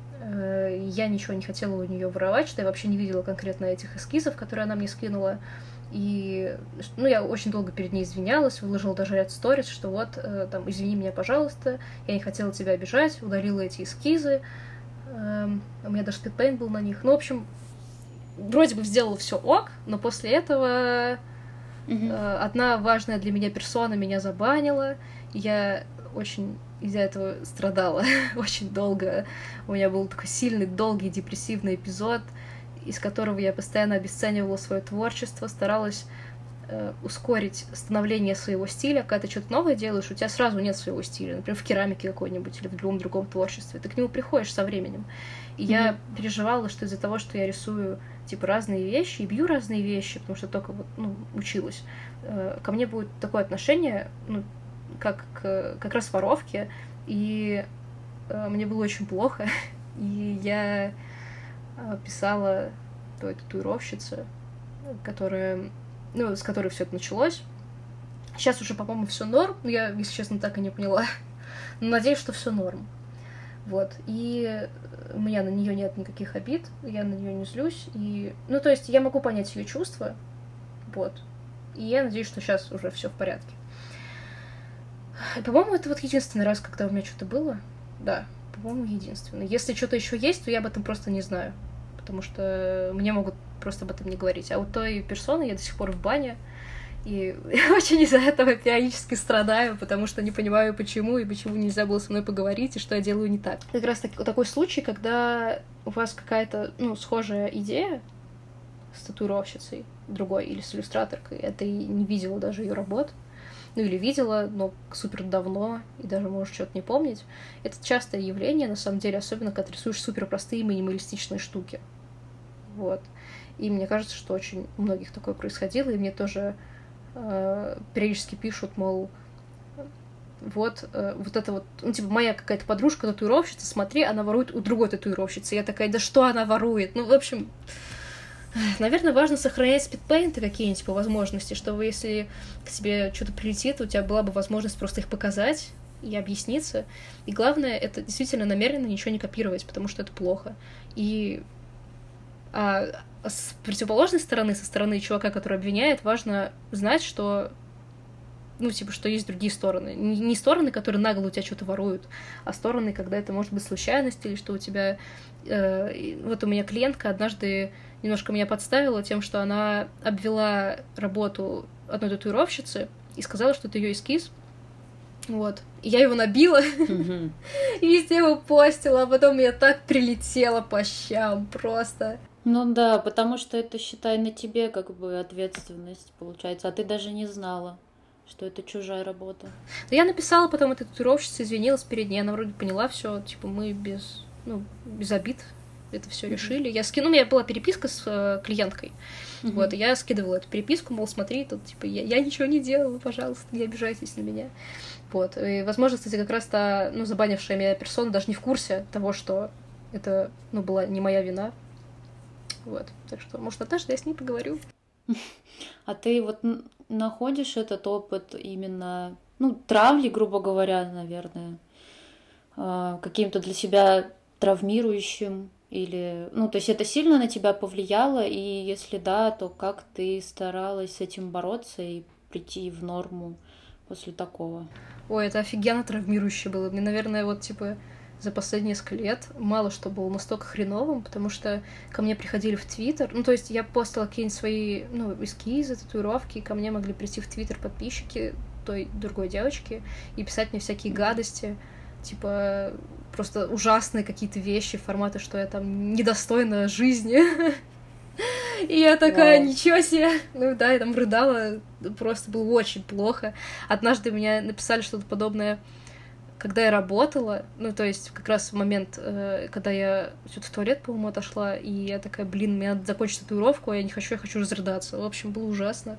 э, я ничего не хотела у нее воровать, что я вообще не видела конкретно этих эскизов, которые она мне скинула, и, ну, я очень долго перед ней извинялась, выложила даже ряд сторис, что вот, э, там, извини меня, пожалуйста, я не хотела тебя обижать, удалила эти эскизы, э, у меня даже спидпейнт был на них, ну, в общем, вроде бы сделала все ок, но после этого mm-hmm. э, одна важная для меня персона меня забанила, и я очень из-за этого страдала очень долго, у меня был такой сильный, долгий, депрессивный эпизод, из которого я постоянно обесценивала свое творчество, старалась э, ускорить становление своего стиля. Когда ты что-то новое делаешь, у тебя сразу нет своего стиля, например, в керамике какой-нибудь или в любом другом творчестве. Ты к нему приходишь со временем. И mm-hmm. я переживала, что из-за того, что я рисую типа разные вещи и бью разные вещи, потому что только вот, ну, училась, э, ко мне будет такое отношение, ну, как к как раз воровке, и э, мне было очень плохо, и я писала той татуировщице, которая, ну, с которой все это началось. Сейчас уже, по-моему, все норм, но я, если честно, так и не поняла. Но надеюсь, что все норм. Вот. И у меня на нее нет никаких обид, я на нее не злюсь. И... Ну, то есть я могу понять ее чувства. Вот. И я надеюсь, что сейчас уже все в порядке. И, по-моему, это вот единственный раз, когда у меня что-то было. Да, по-моему, единственный. Если что-то еще есть, то я об этом просто не знаю. Потому что мне могут просто об этом не говорить. А у той персоны я до сих пор в бане, и очень из-за этого периодически страдаю, потому что не понимаю, почему, и почему нельзя было со мной поговорить, и что я делаю не так. Как раз таки, такой случай, когда у вас какая-то, ну, схожая идея с татуировщицей другой или с иллюстраторкой, а ты не видела даже ее работ, ну или видела, но супер давно, и даже можешь что-то не помнить. Это частое явление, на самом деле, особенно когда ты рисуешь супер простые минималистичные штуки. Вот. И мне кажется, что очень у многих такое происходило, и мне тоже э, периодически пишут, мол, вот, э, вот это вот, ну, типа, моя какая-то подружка татуировщица, смотри, она ворует у другой татуировщицы. Я такая, да что она ворует? Ну, в общем, наверное, важно сохранять спидпейнты какие-нибудь по возможности, чтобы если к тебе что-то прилетит, у тебя была бы возможность просто их показать и объясниться. И главное, это действительно намеренно ничего не копировать, потому что это плохо. И а с противоположной стороны, со стороны чувака, который обвиняет, важно знать, что, ну, типа, что есть другие стороны. Не стороны, которые нагло у тебя что-то воруют, а стороны, когда это может быть случайность, или что у тебя... Э, вот у меня клиентка однажды немножко меня подставила тем, что она обвела работу одной татуировщицы и сказала, что это ее эскиз. Вот. И я его набила mm-hmm. и везде его постила, а потом я так прилетела по щам просто. Ну да, потому что это, считай, на тебе как бы ответственность получается, а ты даже не знала, что это чужая работа. Но я написала потом этой татуировщице, извинилась перед ней, она вроде поняла все, типа мы без, ну, без обид это все mm-hmm. решили. Я скинула, у меня была переписка с э, клиенткой, mm-hmm. вот, и я скидывала эту переписку, мол, смотри, тут, типа, я, я ничего не делала, пожалуйста, не обижайтесь на меня. Вот, и, возможно, кстати, как раз та, ну, забанившая меня персона даже не в курсе того, что это, ну, была не моя вина. Вот, так что, может, однажды я с ней поговорю. А ты вот находишь этот опыт именно, ну, травли, грубо говоря, наверное, э, каким-то для себя травмирующим? Или, ну, то есть это сильно на тебя повлияло, и если да, то как ты старалась с этим бороться и прийти в норму после такого? Ой, это офигенно травмирующе было. Мне, наверное, вот, типа, за последние несколько лет мало что было настолько хреновым, потому что ко мне приходили в Твиттер, ну, то есть я постила какие-нибудь свои, ну, эскизы, татуировки, и ко мне могли прийти в Твиттер подписчики той другой девочки и писать мне всякие гадости, типа, просто ужасные какие-то вещи формата, что я там недостойна жизни. И я такая, Вау. ничего себе. Ну да, я там рыдала, просто было очень плохо. Однажды меня написали что-то подобное, когда я работала, ну, то есть как раз в момент, э, когда я что-то в туалет, по-моему, отошла, и я такая, блин, мне надо закончить татуировку, а я не хочу, я хочу разрыдаться. В общем, было ужасно.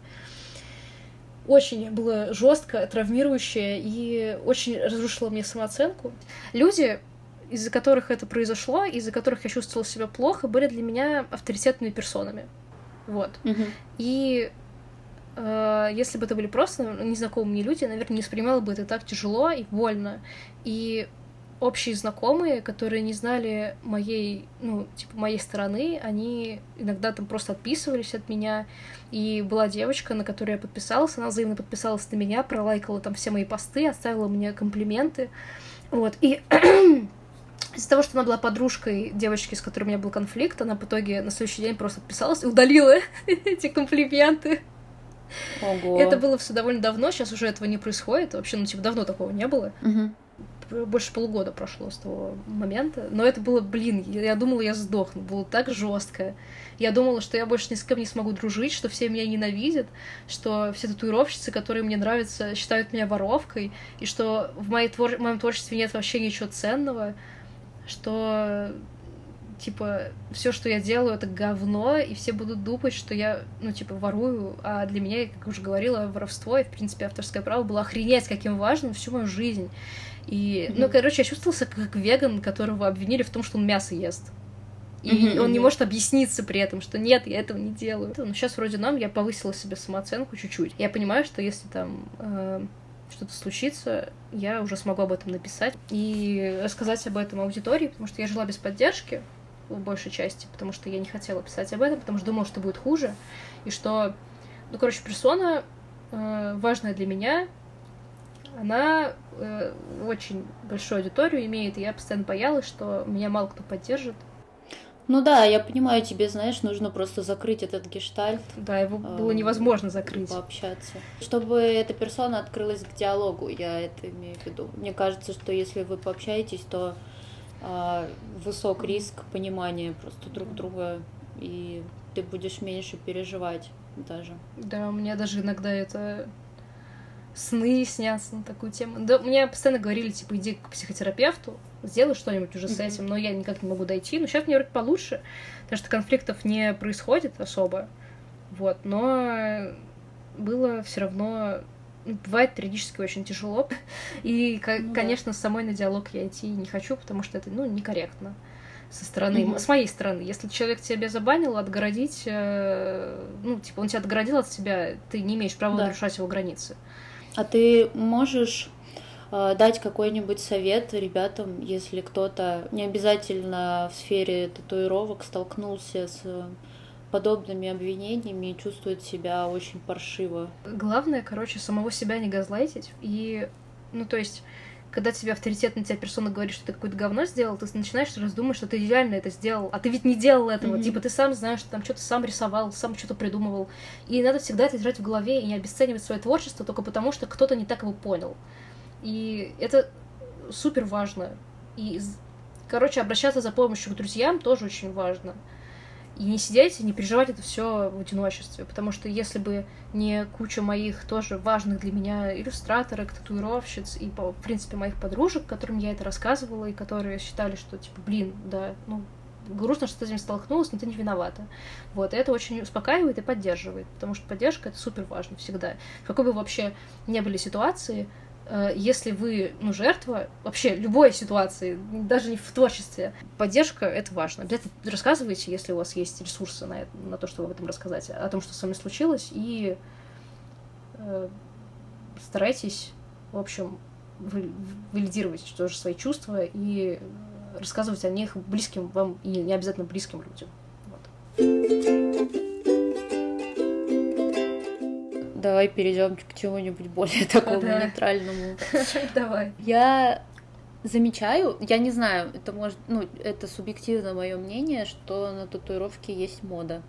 Очень было жестко, травмирующе и очень разрушило мне самооценку. Люди, из-за которых это произошло, из-за которых я чувствовала себя плохо, были для меня авторитетными персонами. Вот. Мгм. И э, если бы это были просто незнакомые мне люди, я, наверное, не воспринимала бы это так тяжело и больно. И общие знакомые, которые не знали моей, ну, типа, моей стороны, они иногда там просто отписывались от меня. И была девочка, на которую я подписалась, она взаимно подписалась на меня, пролайкала там все мои посты, оставила мне комплименты. Вот. И из-за того, что она была подружкой девочки, с которой у меня был конфликт, она в итоге на следующий день просто отписалась и удалила эти комплименты. Ого. Это было все довольно давно, сейчас уже этого не происходит. Вообще, ну, типа, давно такого не было. Мгм. Больше полугода прошло с того момента. Но это было, блин, я думала, я сдохну. Было так жестко. Я думала, что я больше ни с кем не смогу дружить, что все меня ненавидят, что все татуировщицы, которые мне нравятся, считают меня воровкой, и что в, моей твор... в моем творчестве нет вообще ничего ценного, что типа все, что я делаю, это говно, и все будут думать, что я, ну, типа, ворую, а для меня, как уже говорила, воровство и, в принципе, авторское право было охренеть каким важным всю мою жизнь. И, mm-hmm. ну, короче, я чувствовала себя как веган, которого обвинили в том, что он мясо ест. И mm-hmm. он не может объясниться при этом, что нет, я этого не делаю. Ну, сейчас вроде нам я повысила себе самооценку чуть-чуть. Я понимаю, что если там э, что-то случится, я уже смогу об этом написать и рассказать об этом аудитории, потому что я жила без поддержки в большей части, потому что я не хотела писать об этом, потому что думала, что будет хуже, и что, ну, короче, персона э, важная для меня, она э, очень большую аудиторию имеет, и я постоянно боялась, что меня мало кто поддержит. Ну да, я понимаю, тебе, знаешь, нужно просто закрыть этот гештальт. Да, его было невозможно закрыть. Пообщаться. Чтобы эта персона открылась к диалогу, я это имею в виду. Мне кажется, что если вы пообщаетесь, то э, высок риск понимания просто друг друга, и ты будешь меньше переживать даже. Да, у меня даже иногда это... сны снятся на такую тему. Да, мне постоянно говорили, типа, иди к психотерапевту, сделай что-нибудь уже с mm-hmm. этим, но я никак не могу дойти. Но сейчас мне вроде получше, потому что конфликтов не происходит особо. Вот, но было все равно... Бывает периодически очень тяжело. И, ну, конечно, да. самой на диалог я идти не хочу, потому что это, ну, некорректно со стороны, mm-hmm. с моей стороны. Если человек тебя забанил, отгородить, э, ну, типа, он тебя отгородил от себя, ты не имеешь права да. нарушать его границы. А ты можешь э, дать какой-нибудь совет ребятам, если кто-то не обязательно в сфере татуировок столкнулся с подобными обвинениями и чувствует себя очень паршиво? Главное, короче, самого себя не газлайтить. И, ну, то есть, когда тебе авторитетная тебя персона говорит, что ты какое-то говно сделал, ты начинаешь раздумывать, что ты реально это сделал, а ты ведь не делал этого. Mm-hmm. Типа, ты сам знаешь, что там что-то сам рисовал, сам что-то придумывал. И надо всегда это держать в голове и не обесценивать свое творчество только потому, что кто-то не так его понял. И это супер важно. И, короче, обращаться за помощью к друзьям тоже очень важно. И не сидеть, и не переживать это все в одиночестве, потому что если бы не куча моих тоже важных для меня иллюстраторок, татуировщиц и, в принципе, моих подружек, которым я это рассказывала, и которые считали, что, типа, блин, да, ну, грустно, что ты с этим столкнулась, но ты не виновата. Вот, и это очень успокаивает и поддерживает, потому что поддержка — это супер важно всегда. В какой бы вообще не были ситуации, если вы, ну, жертва, вообще любой ситуации, даже не в творчестве, поддержка — это важно. Обязательно рассказывайте, если у вас есть ресурсы на, это, на то, чтобы об этом рассказать, о том, что с вами случилось, и э, старайтесь, в общем, валидировать тоже свои чувства и рассказывать о них близким вам и не обязательно близким людям. Вот. Давай перейдем к чему-нибудь более такому да. нейтральному. Давай. Я замечаю, я не знаю, это может, ну, это субъективно мое мнение, что на татуировке есть мода.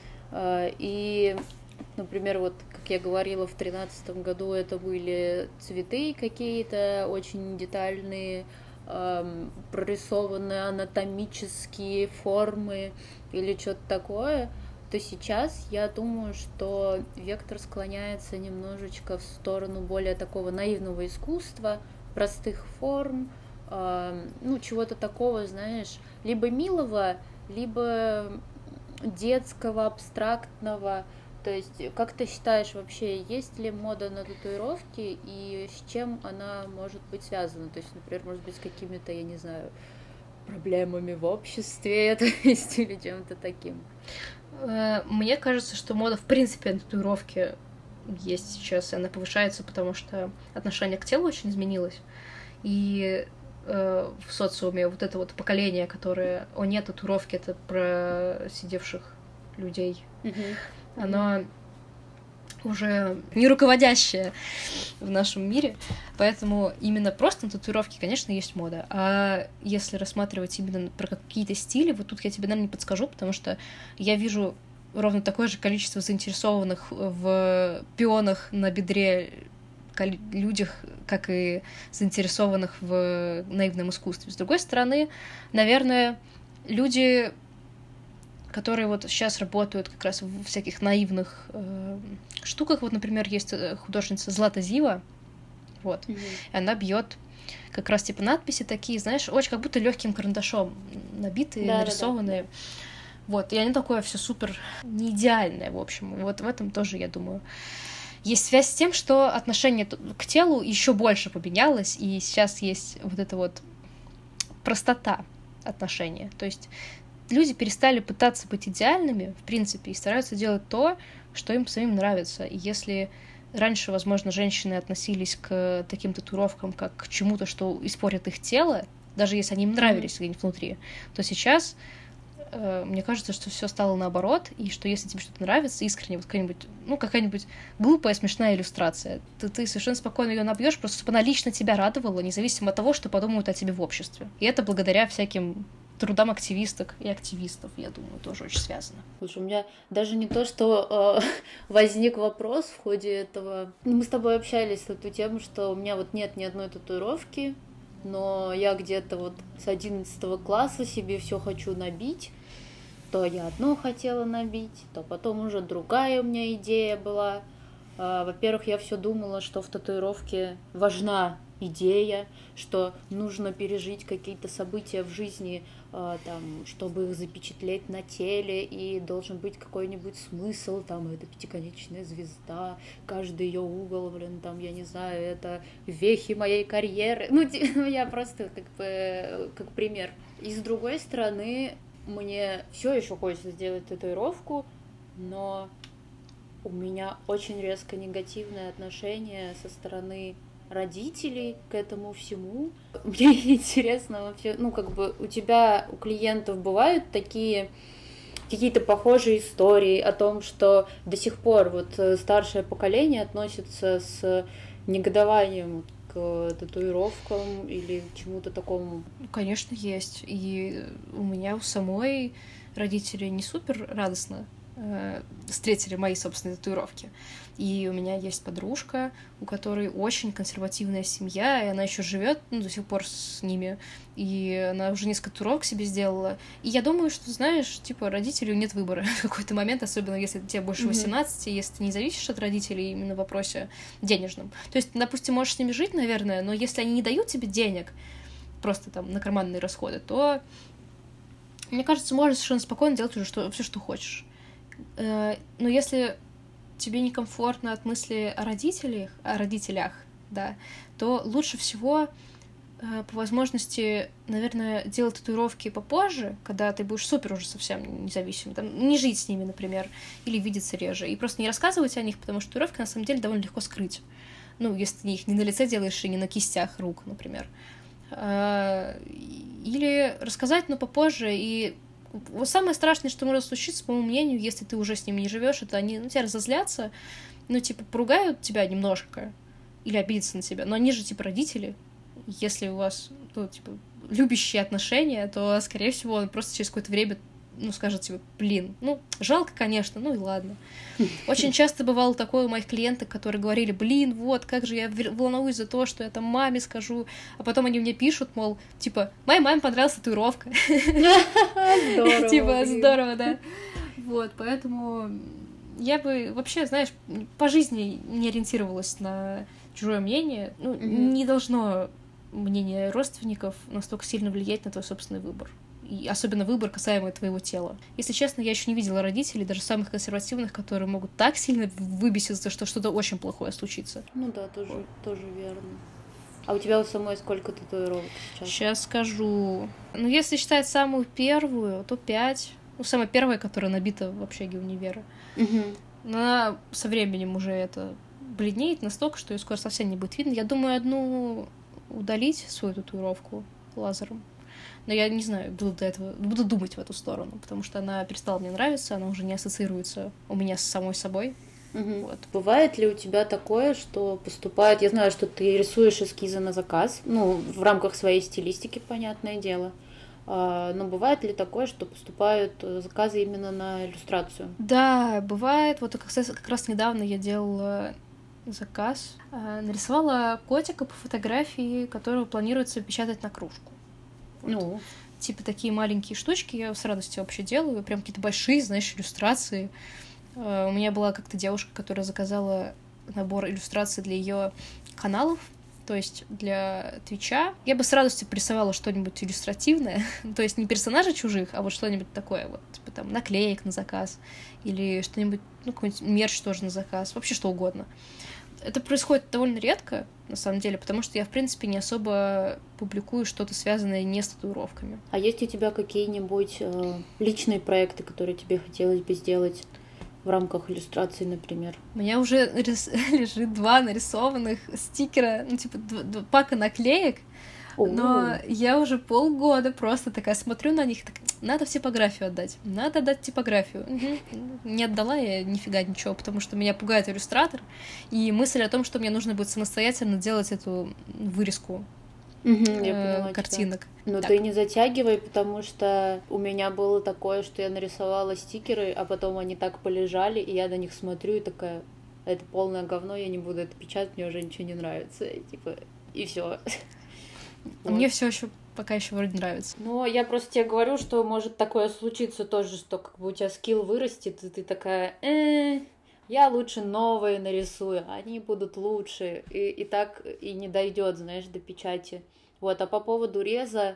И, например, вот, как я говорила, в тринадцатом году это были цветы какие-то очень детальные, прорисованные анатомические формы или что-то такое, то сейчас я думаю, что вектор склоняется немножечко в сторону более такого наивного искусства, простых форм, э, ну, чего-то такого, знаешь, либо милого, либо детского, абстрактного. То есть, как ты считаешь вообще, есть ли мода на татуировки и с чем она может быть связана? То есть, например, может быть, с какими-то, я не знаю, проблемами в обществе, то есть, или чем-то таким? Мне кажется, что мода, в принципе, на татуировки есть сейчас, и она повышается, потому что отношение к телу очень изменилось. И э, в социуме вот это вот поколение, которое, о нет, татуировки, это про сидевших людей, mm-hmm. оно уже не руководящее в нашем мире, поэтому именно просто на татуировке, конечно, есть мода. А если рассматривать именно про какие-то стили, вот тут я тебе, наверное, не подскажу, потому что я вижу ровно такое же количество заинтересованных в пионах на бедре людях, как и заинтересованных в наивном искусстве. С другой стороны, наверное, люди, которые вот сейчас работают как раз в всяких наивных э, штуках. Вот, например, есть художница Злата Зива, вот, mm-hmm. и она бьет как раз типа надписи такие, знаешь, очень как будто легким карандашом набитые, да, нарисованные. Да, да. Вот, и они такое все супер не идеальное, в общем. Вот в этом тоже, я думаю, есть связь с тем, что отношение к телу еще больше поменялось, и сейчас есть вот эта вот простота отношения. То есть люди перестали пытаться быть идеальными, в принципе, и стараются делать то, что им самим нравится. И если раньше, возможно, женщины относились к таким татуировкам как к чему-то, что испортит их тело, даже если они им нравились где-нибудь внутри, то сейчас э, мне кажется, что все стало наоборот, и что если тебе что-то нравится, искренне, вот какая-нибудь, ну, какая-нибудь глупая, смешная иллюстрация, то ты совершенно спокойно ее набьешь, просто чтобы она лично тебя радовала, независимо от того, что подумают о тебе в обществе. И это благодаря всяким трудам активисток и активистов, я думаю, тоже очень связано. Слушай, у меня даже не то, что э, возник вопрос в ходе этого. Мы с тобой общались на ту тему, что у меня вот нет ни одной татуировки, но я где-то вот с одиннадцатого класса себе все хочу набить. То я одно хотела набить, то потом уже другая у меня идея была. Э, во-первых, я все думала, что в татуировке важна идея, что нужно пережить какие-то события в жизни, э, там, чтобы их запечатлеть на теле, и должен быть какой-нибудь смысл, там, это пятиконечная звезда, каждый ее угол, блин, там, я не знаю, это вехи моей карьеры, ну, я просто как бы, как пример. И с другой стороны, мне все еще хочется сделать татуировку, но у меня очень резко негативное отношение со стороны родителей к этому всему. Мне интересно вообще, ну, как бы у тебя, у клиентов бывают такие какие-то похожие истории о том, что до сих пор вот старшее поколение относится с негодованием к татуировкам или к чему-то такому? Конечно, есть. И у меня у самой родители не супер радостно э, встретили мои собственные татуировки. И у меня есть подружка, у которой очень консервативная семья, и она еще живет, ну, до сих пор с ними, и она уже несколько татуировок себе сделала. И я думаю, что, знаешь, типа, родителей нет выбора в какой-то момент, особенно если тебе больше восемнадцати, mm-hmm. если ты не зависишь от родителей именно в вопросе денежном. То есть, допустим, можешь с ними жить, наверное, но если они не дают тебе денег, просто там на карманные расходы, то, мне кажется, можно совершенно спокойно делать уже что, все, что хочешь. Но если тебе некомфортно от мысли о родителях, о родителях, да, то лучше всего э, по возможности, наверное, делать татуировки попозже, когда ты будешь супер уже совсем независим, там, не жить с ними, например, или видеться реже, и просто не рассказывать о них, потому что татуировки на самом деле довольно легко скрыть. Ну, если ты их не на лице делаешь и не на кистях рук, например. Или рассказать, но попозже. И самое страшное, что может случиться, по моему мнению, если ты уже с ними не живешь, это они ну, тебя разозлятся, ну, типа, поругают тебя немножко или обидятся на тебя. Но они же, типа, родители. Если у вас, ну, типа, любящие отношения, то, скорее всего, он просто через какое-то время ну, скажет тебе, блин, ну, жалко, конечно, ну и ладно. Очень часто бывало такое у моих клиенток, которые говорили, блин, вот, как же я волнуюсь за то, что я там маме скажу, а потом они мне пишут, мол, типа, моей маме понравилась татуировка. Здорово. Типа, здорово, да. Вот, поэтому я бы вообще, знаешь, по жизни не ориентировалась на чужое мнение. Ну, не должно мнение родственников настолько сильно влиять на твой собственный выбор. И особенно выбор, касаемый твоего тела. Если честно, я еще не видела родителей, даже самых консервативных, которые могут так сильно выбеситься, что что-то очень плохое случится. Ну да, тоже, вот. Тоже верно. А у тебя у самой сколько татуировок сейчас? Сейчас скажу. Ну, если считать самую первую, то пять. Ну, самая первая, которая набита в общаге универа. Угу. Но она со временем уже это бледнеет настолько, что ее скоро совсем не будет видно. Я думаю, одну удалить, свою татуировку лазером. Но я не знаю, буду до этого, буду думать в эту сторону, потому что она перестала мне нравиться, она уже не ассоциируется у меня с самой собой. Угу. Вот. Бывает ли у тебя такое, что поступает, я знаю, что ты рисуешь эскизы на заказ, ну, в рамках своей стилистики, понятное дело, но бывает ли такое, что поступают заказы именно на иллюстрацию? Да, бывает. Вот как раз, как раз недавно я делала заказ, нарисовала котика по фотографии, которого планируется печатать на кружку. Вот. Ну, типа такие маленькие штучки я с радостью вообще делаю, прям какие-то большие, знаешь, иллюстрации. Uh, у меня была как-то девушка, которая заказала набор иллюстраций для ее каналов, то есть для Твича. Я бы с радостью порисовала что-нибудь иллюстративное, то есть не персонажей чужих, а вот что-нибудь такое, вот, типа там наклеек на заказ или что-нибудь, ну, какой-нибудь мерч тоже на заказ, вообще что угодно. Это происходит довольно редко, на самом деле, потому что я, в принципе, не особо публикую что-то, связанное не с татуировками. А есть у тебя какие-нибудь э, личные проекты, которые тебе хотелось бы сделать в рамках иллюстрации, например? У меня уже рис... лежит два нарисованных стикера, ну, типа, два, два пака наклеек, О-о-о. Но я уже полгода просто такая смотрю на них, так, надо в типографию отдать, надо отдать в типографию. Угу. Не отдала я нифига ничего, потому что меня пугает иллюстратор, и мысль о том, что мне нужно будет самостоятельно делать эту вырезку угу, я поняла, картинок. Но так. Ты не затягивай, потому что у меня было такое, что я нарисовала стикеры, а потом они так полежали, и я на них смотрю и такая, это полное говно, я не буду это печатать, мне уже ничего не нравится, и, типа, и все. Вот. Мне все еще пока еще вроде нравится. Но я просто тебе говорю, что может такое случиться тоже, что как бы у тебя скилл вырастет, и ты такая, э, я лучше новые нарисую, они будут лучше, и, и так и не дойдет, знаешь, до печати. Вот, а по поводу реза,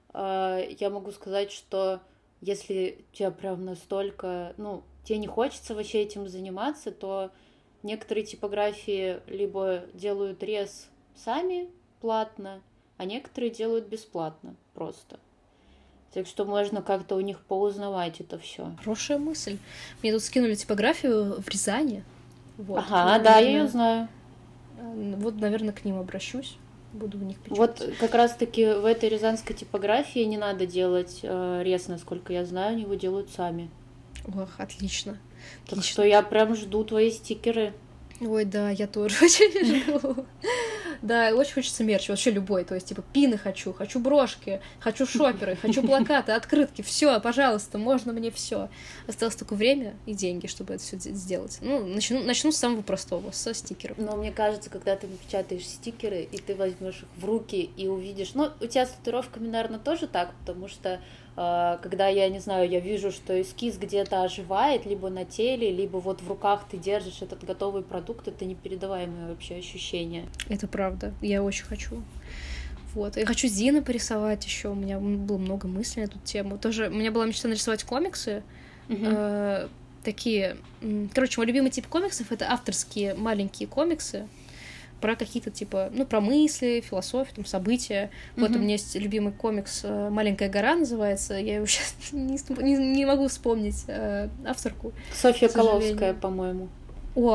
э, я могу сказать, что если тебя прям настолько, ну, тебе не хочется вообще этим заниматься, то некоторые типографии либо делают рез сами платно, а некоторые делают бесплатно просто. Так что можно как-то у них поузнавать это все. Хорошая мысль. Мне тут скинули типографию в Рязани. Вот. Ага, ну, да, наверное, я ее знаю. Вот, наверное, к ним обращусь. Буду в них печатать. Вот как раз-таки в этой рязанской типографии не надо делать э, рез, насколько я знаю, они его делают сами. Ох, отлично. Так отлично. что я прям жду твои стикеры. Ой, да, я тоже очень жду. Да, очень хочется мерч, вообще любой, то есть, типа, пины хочу, хочу брошки, хочу шоперы, хочу плакаты, открытки, все, пожалуйста, можно мне все. Осталось только время и деньги, чтобы это все сделать. Ну, начну, начну с самого простого, со стикеров. Но мне кажется, когда ты напечатаешь стикеры, и ты возьмешь их в руки и увидишь... Ну, у тебя с татуировками, наверное, тоже так, потому что когда я, не знаю, я вижу, что эскиз где-то оживает, либо на теле, либо вот в руках ты держишь этот готовый продукт, это непередаваемое вообще ощущение. Это правда, я очень хочу. Вот, я хочу Зины порисовать еще, у меня было много мыслей на эту тему. Тоже у меня была мечта нарисовать комиксы, uh-huh. э, такие, короче, мой любимый тип комиксов — это авторские маленькие комиксы, про какие-то, типа, ну, про мысли, философию, там, события. Mm-hmm. Вот у меня есть любимый комикс «Маленькая гора» называется. Я его сейчас не, не, не могу вспомнить э, авторку. Софья Коловская, по-моему. О,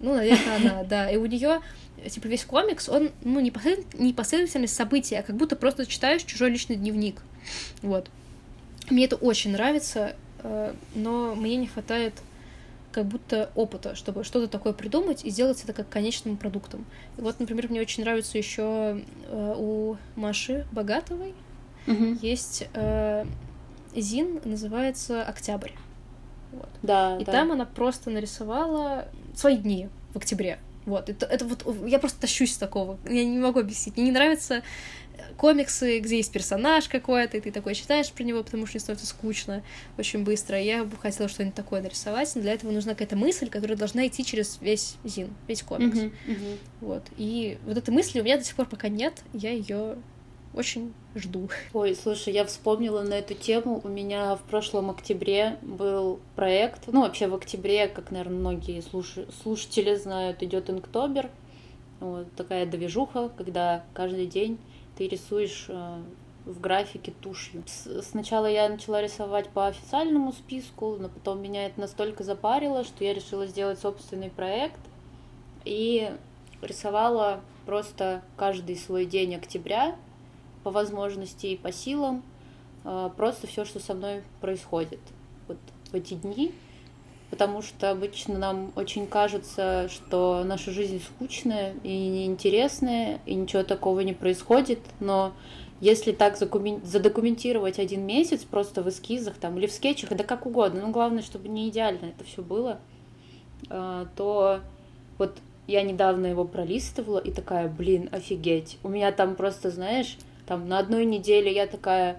Ну, наверное, она, да. И у нее типа весь комикс, он, ну, не послед- не последовательность событий, а как будто просто читаешь чужой личный дневник. Вот. Мне это очень нравится, но мне не хватает как будто опыта, чтобы что-то такое придумать и сделать это как конечным продуктом. И вот, например, мне очень нравится еще у Маши Богатовой Угу. есть э, зин, называется «Октябрь». Вот. Да, И да. там она просто нарисовала свои дни в октябре. Вот. Это, это вот я просто тащусь с такого. Я не могу объяснить. Мне не нравятся комиксы, где есть персонаж какой-то, и ты такой читаешь про него, потому что становится скучно очень быстро. Я бы хотела что-нибудь такое нарисовать, но для этого нужна какая-то мысль, которая должна идти через весь зин, весь комикс. Угу, угу. Вот. И вот этой мысли у меня до сих пор пока нет, я ее очень жду. Ой, слушай, я вспомнила на эту тему. У меня в прошлом октябре был проект. Ну, вообще в октябре, как, наверное, многие слуш... слушатели знают, идет Инктобер. Вот такая движуха, когда каждый день ты рисуешь э, в графике тушью. С- сначала я начала рисовать по официальному списку, но потом меня это настолько запарило, что я решила сделать собственный проект. И рисовала просто каждый свой день октября, по возможности и по силам, просто все, что со мной происходит вот в эти дни, потому что обычно нам очень кажется, что наша жизнь скучная и неинтересная, и ничего такого не происходит, но если так задокументировать один месяц просто в эскизах там, или в скетчах, да как угодно, но главное, чтобы не идеально это все было, то вот я недавно его пролистывала и такая, блин, офигеть, у меня там просто, знаешь, там на одной неделе я такая,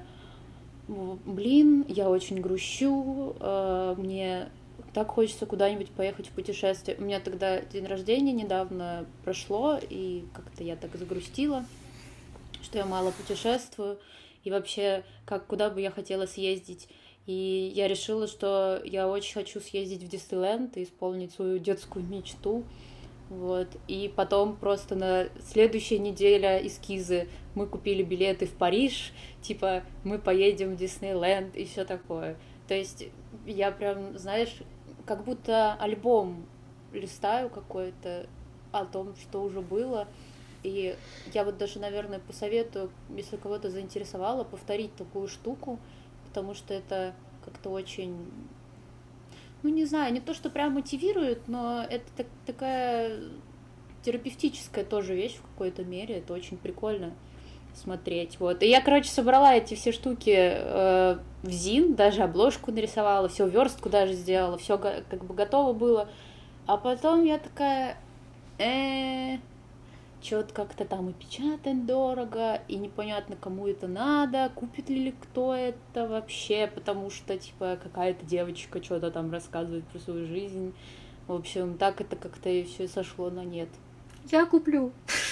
блин, я очень грущу, э, мне так хочется куда-нибудь поехать в путешествие. У меня тогда день рождения недавно прошло, и как-то я так загрустила, что я мало путешествую, и вообще, как, куда бы я хотела съездить. И я решила, что я очень хочу съездить в Диснейленд и исполнить свою детскую мечту. Вот. И потом просто на следующей неделе эскизы мы купили билеты в Париж, типа мы поедем в Диснейленд и все такое. То есть я прям, знаешь, как будто альбом листаю какой-то о том, что уже было. И я вот даже, наверное, посоветую, если кого-то заинтересовало, повторить такую штуку, потому что это как-то очень... Ну, не знаю, не то, что прям мотивирует, но это так, такая терапевтическая тоже вещь в какой-то мере. Это очень прикольно смотреть. Вот. И я, короче, собрала эти все штуки э, в зин, даже обложку нарисовала, все, верстку даже сделала, все как бы готово было. А потом я такая... Э-э, что-то как-то там и печатать дорого, и непонятно, кому это надо, купит ли кто это вообще, потому что, типа, какая-то девочка что-то там рассказывает про свою жизнь. В общем, так это как-то и все сошло на нет. Я куплю.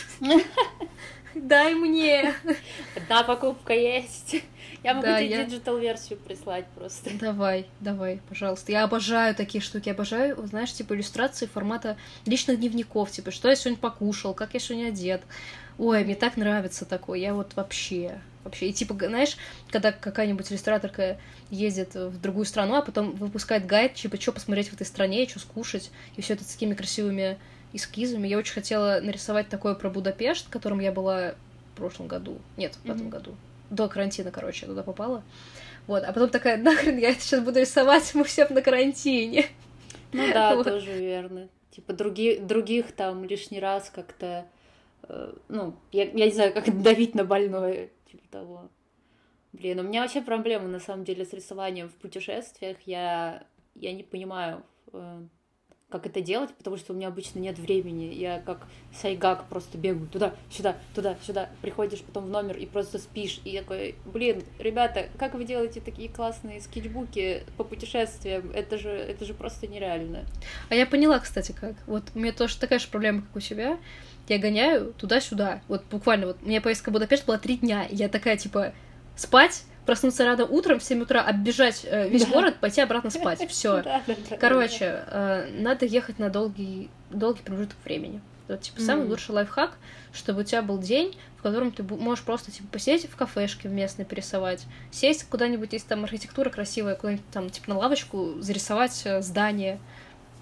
Дай мне. Одна покупка есть. Я могу Да, тебе я- диджитал-версию прислать просто. Давай, давай, пожалуйста. Я обожаю такие штуки, обожаю, вот знаешь, типа иллюстрации формата личных дневников, типа, что я сегодня покушал, как я сегодня одет. Ой, мне так нравится такое, я вот вообще, вообще. И типа, знаешь, когда какая-нибудь иллюстраторка ездит в другую страну, а потом выпускает гайд, типа, что посмотреть в этой стране, что скушать, и все это с такими красивыми эскизами. Я очень хотела нарисовать такое про Будапешт, в котором я была в прошлом году. Нет, в этом Мгм. году. До карантина, короче, я туда попала. Вот, а потом такая, нахрен я это сейчас буду рисовать, мы все на карантине. Ну да, Вот. тоже верно. Типа други, других там лишний раз как-то, э, ну, я, я не знаю, как давить на больное, типа того. Блин, у меня вообще проблема, на самом деле, с рисованием в путешествиях. Я, я не понимаю, э, как это делать, потому что у меня обычно нет времени. Я как сайгак просто бегаю туда, сюда, туда, сюда. Приходишь потом в номер и просто спишь. И я такой, блин, ребята, как вы делаете такие классные скетчбуки по путешествиям? Это же, это же просто нереально. А я поняла, кстати, как. Вот у меня тоже такая же проблема, как у тебя. Я гоняю туда-сюда. Вот буквально, вот у меня поездка в Будапешт была три дня. И я такая, типа, спать, проснуться рано утром в семь утра, оббежать э, весь Да. город, пойти обратно спать. Все. Да, да, да, Короче, э, надо ехать на долгий, долгий промежуток времени. Вот, типа, самый Мгм. лучший лайфхак, чтобы у тебя был день, в котором ты бу- можешь просто, типа, посидеть в кафешке местной, порисовать, сесть куда-нибудь, если там архитектура красивая, куда-нибудь там, типа, на лавочку, зарисовать э, здание.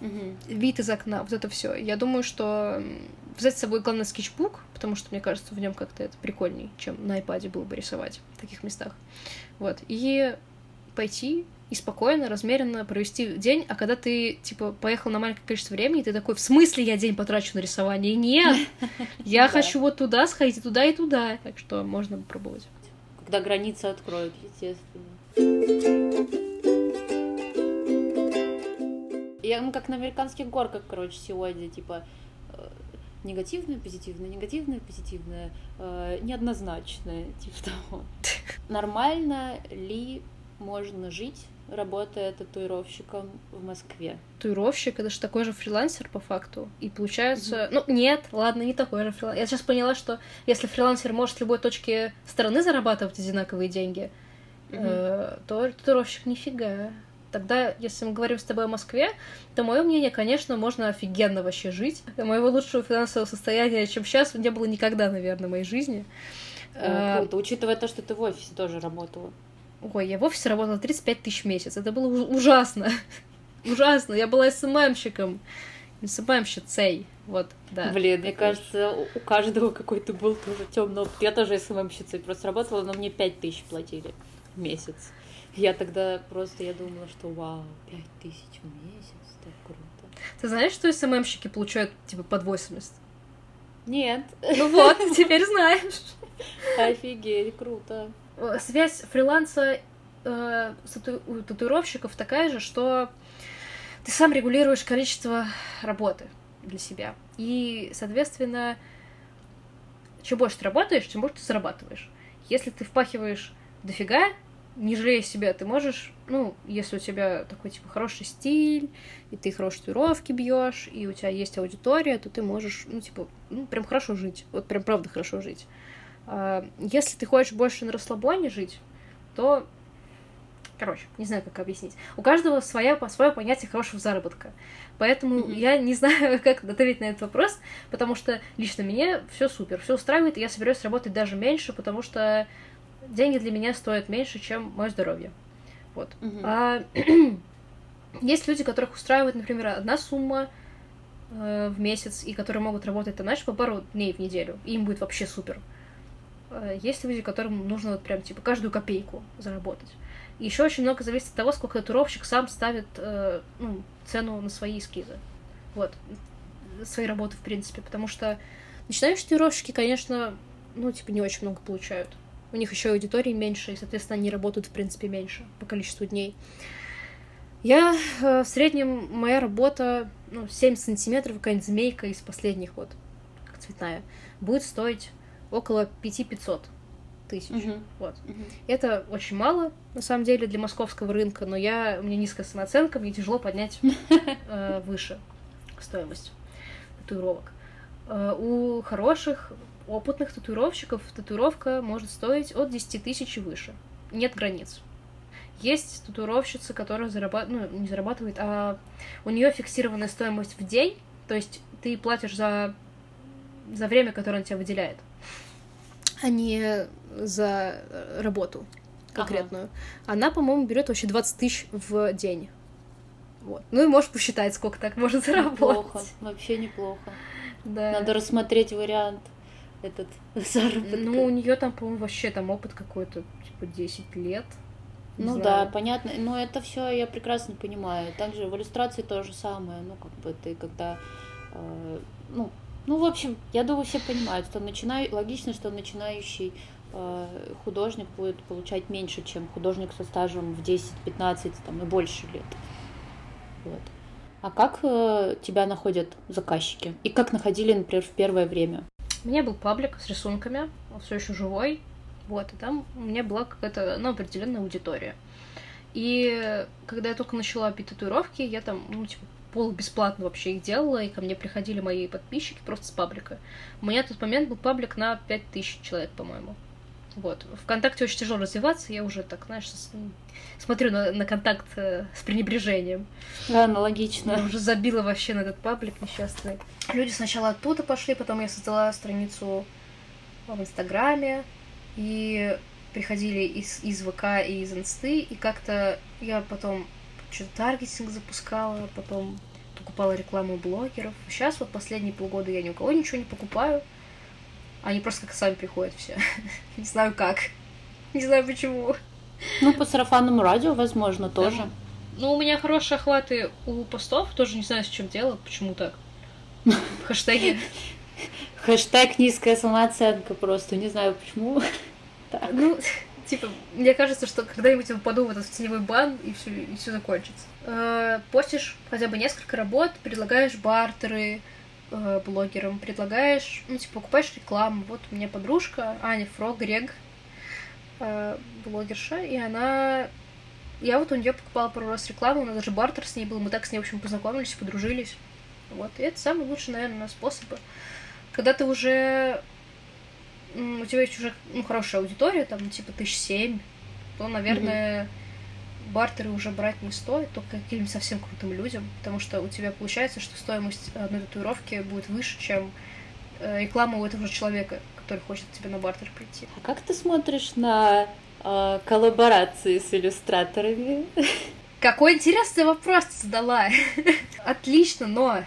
Мгм. вид из окна, вот это все. Я думаю, что взять с собой, главное, скетчбук, потому что, мне кажется, в нем как-то это прикольней, чем на iPad было бы рисовать в таких местах. Вот. И пойти и спокойно, размеренно провести день, а когда ты, типа, поехал на маленькое количество времени, ты такой, в смысле я день потрачу на рисование? Нет! Я хочу вот туда сходить, и туда, и туда. Так что можно попробовать. Когда границы откроют, естественно. Я, ну, как на американских горках, короче, сегодня, типа, э, негативное, позитивное, негативное, позитивное, э, неоднозначное, типа того. Нормально ли можно жить, работая татуировщиком в Москве? Татуировщик — это же такой же фрилансер по факту. И получается... Mm-hmm. Ну, нет, ладно, не такой же фрилансер. Я сейчас поняла, что если фрилансер может в любой точке страны зарабатывать одинаковые деньги, mm-hmm. э, то татуировщик нифига. Тогда, если мы говорим с тобой о Москве, то мое мнение, конечно, можно офигенно вообще жить. Моего лучшего финансового состояния, чем сейчас, не было никогда, наверное, в моей жизни. О, круто, учитывая то, что ты в офисе тоже работала. Ой, я в офисе работала тридцать пять тысяч в месяц. Это было ужасно. Ужасно. Я была эс эм эм-щиком. эс эм эм-щицей. Вот, да. Блин, мне кажется, у каждого какой-то был тоже темный опыт. Я тоже эс эм эм-щицей просто работала, но мне пять тысяч платили в месяц. Я тогда просто, я думала, что вау, пять тысяч в месяц, так круто. Ты знаешь, что эс эм эм-щики получают, типа, под восемьдесят? Нет. Ну вот, теперь знаешь. Офигеть, круто. Связь фриланса э, с тату- у татуировщиков такая же, что ты сам регулируешь количество работы для себя. И, соответственно, чем больше ты работаешь, тем больше ты зарабатываешь. Если ты впахиваешь дофига, не жалея себя, ты можешь, ну, если у тебя такой, типа, хороший стиль, и ты хорошие татуировки бьешь, и у тебя есть аудитория, то ты можешь, ну, типа, ну, прям хорошо жить. Вот прям правда хорошо жить. Если ты хочешь больше на расслабоне жить, то, короче, не знаю, как объяснить. У каждого свое, свое понятие хорошего заработка. Поэтому mm-hmm. я не знаю, как ответить на этот вопрос, потому что лично мне все супер, все устраивает, и я собираюсь работать даже меньше, потому что деньги для меня стоят меньше, чем мое здоровье. Вот. Mm-hmm. А есть люди, которых устраивает, например, одна сумма э, в месяц, и которые могут работать, там, знаешь, по пару дней в неделю, и им будет вообще супер. Есть люди, которым нужно вот прям, типа, каждую копейку заработать. И еще очень много зависит от того, сколько татуировщик сам ставит э, ну, цену на свои эскизы. Вот. Свои работы, в принципе. Потому что начинающие татуировщики, конечно, ну, типа, не очень много получают. У них еще аудитории меньше, и, соответственно, они работают, в принципе, меньше по количеству дней. Я э, в среднем, моя работа, ну, семь сантиметров, какая-нибудь змейка из последних, вот, как цветная, будет стоить около пять тысяч пятьсот тысяч. Uh-huh. Вот. Uh-huh. Это очень мало, на самом деле, для московского рынка, но я, у меня низкая самооценка, мне тяжело поднять э, выше стоимость татуировок. Э, у хороших, опытных татуировщиков татуировка может стоить от десять тысяч и выше. Нет границ. Есть татуировщица, которая зарабатывает, ну, не зарабатывает, а у нее фиксированная стоимость в день, то есть ты платишь за, за время, которое она тебя выделяет, а не за работу конкретную. Ага. Она, по-моему, берет вообще двадцать тысяч в день. Вот. Ну и можешь посчитать, сколько так может заработать. Неплохо, вообще неплохо. Да. Надо рассмотреть вариант этот заработка. Ну, у нее там, по-моему, вообще там опыт какой-то, типа, десять лет. Ну да, понятно. Но это все я прекрасно понимаю. Также в иллюстрации то же самое. Ну, как бы ты когда... Э, ну, Ну, в общем, я думаю, все понимают, что начинаю... логично, что начинающий э, художник будет получать меньше, чем художник со стажем в десять-пятнадцать там, и больше лет. Вот. А как э, тебя находят заказчики? И как находили, например, в первое время? У меня был паблик с рисунками, он все еще живой. Вот, и там у меня была какая-то, ну, определенная аудитория. И когда я только начала пить татуировки, я там, ну, типа, полубесплатно вообще их делала, и ко мне приходили мои подписчики просто с паблика. У меня в тот момент был паблик на пять тысяч человек, по-моему. Вот. ВКонтакте очень тяжело развиваться, я уже так, знаешь, с... смотрю на, на контакт э, с пренебрежением. Да, аналогично. Я уже забила вообще на этот паблик несчастный. Люди сначала оттуда пошли, потом я создала страницу в Инстаграме, и приходили из, из ВК и из Инсты, и как-то я потом что-то таргетинг запускала, потом покупала рекламу блогеров. Сейчас вот последние полгода я ни у кого ничего не покупаю. Они просто как сами приходят все. Не знаю как. Не знаю почему. Ну, по сарафанному радио, возможно, тоже. Да. Ну, у меня хорошие охваты у постов. Тоже не знаю, с чем дело. Почему так? Хэштеги. Хэштег низкая самооценка просто. Не знаю, почему. Так. Ну, типа, мне кажется, что когда-нибудь я попаду в этот теневой бан, и все, и все закончится. Э, постишь хотя бы несколько работ, предлагаешь бартеры э, блогерам, предлагаешь, ну, типа, покупаешь рекламу. Вот у меня подружка Аня Фрогрег, э, блогерша, и она... Я вот у нее покупала пару раз рекламу, у нас даже бартер с ней был, мы так с ней, в общем, познакомились, подружились. Вот, и это самый лучший, наверное, способ. Когда ты уже... у тебя есть уже, ну, хорошая аудитория, там, типа, тысяч семь, то, наверное, mm-hmm. бартеры уже брать не стоит, только каким-нибудь совсем крутым людям, потому что у тебя получается, что стоимость одной татуировки будет выше, чем реклама у этого же человека, который хочет к тебе на бартер прийти. А как ты смотришь на э, коллаборации с иллюстраторами? Какой интересный вопрос ты задала. Отлично, но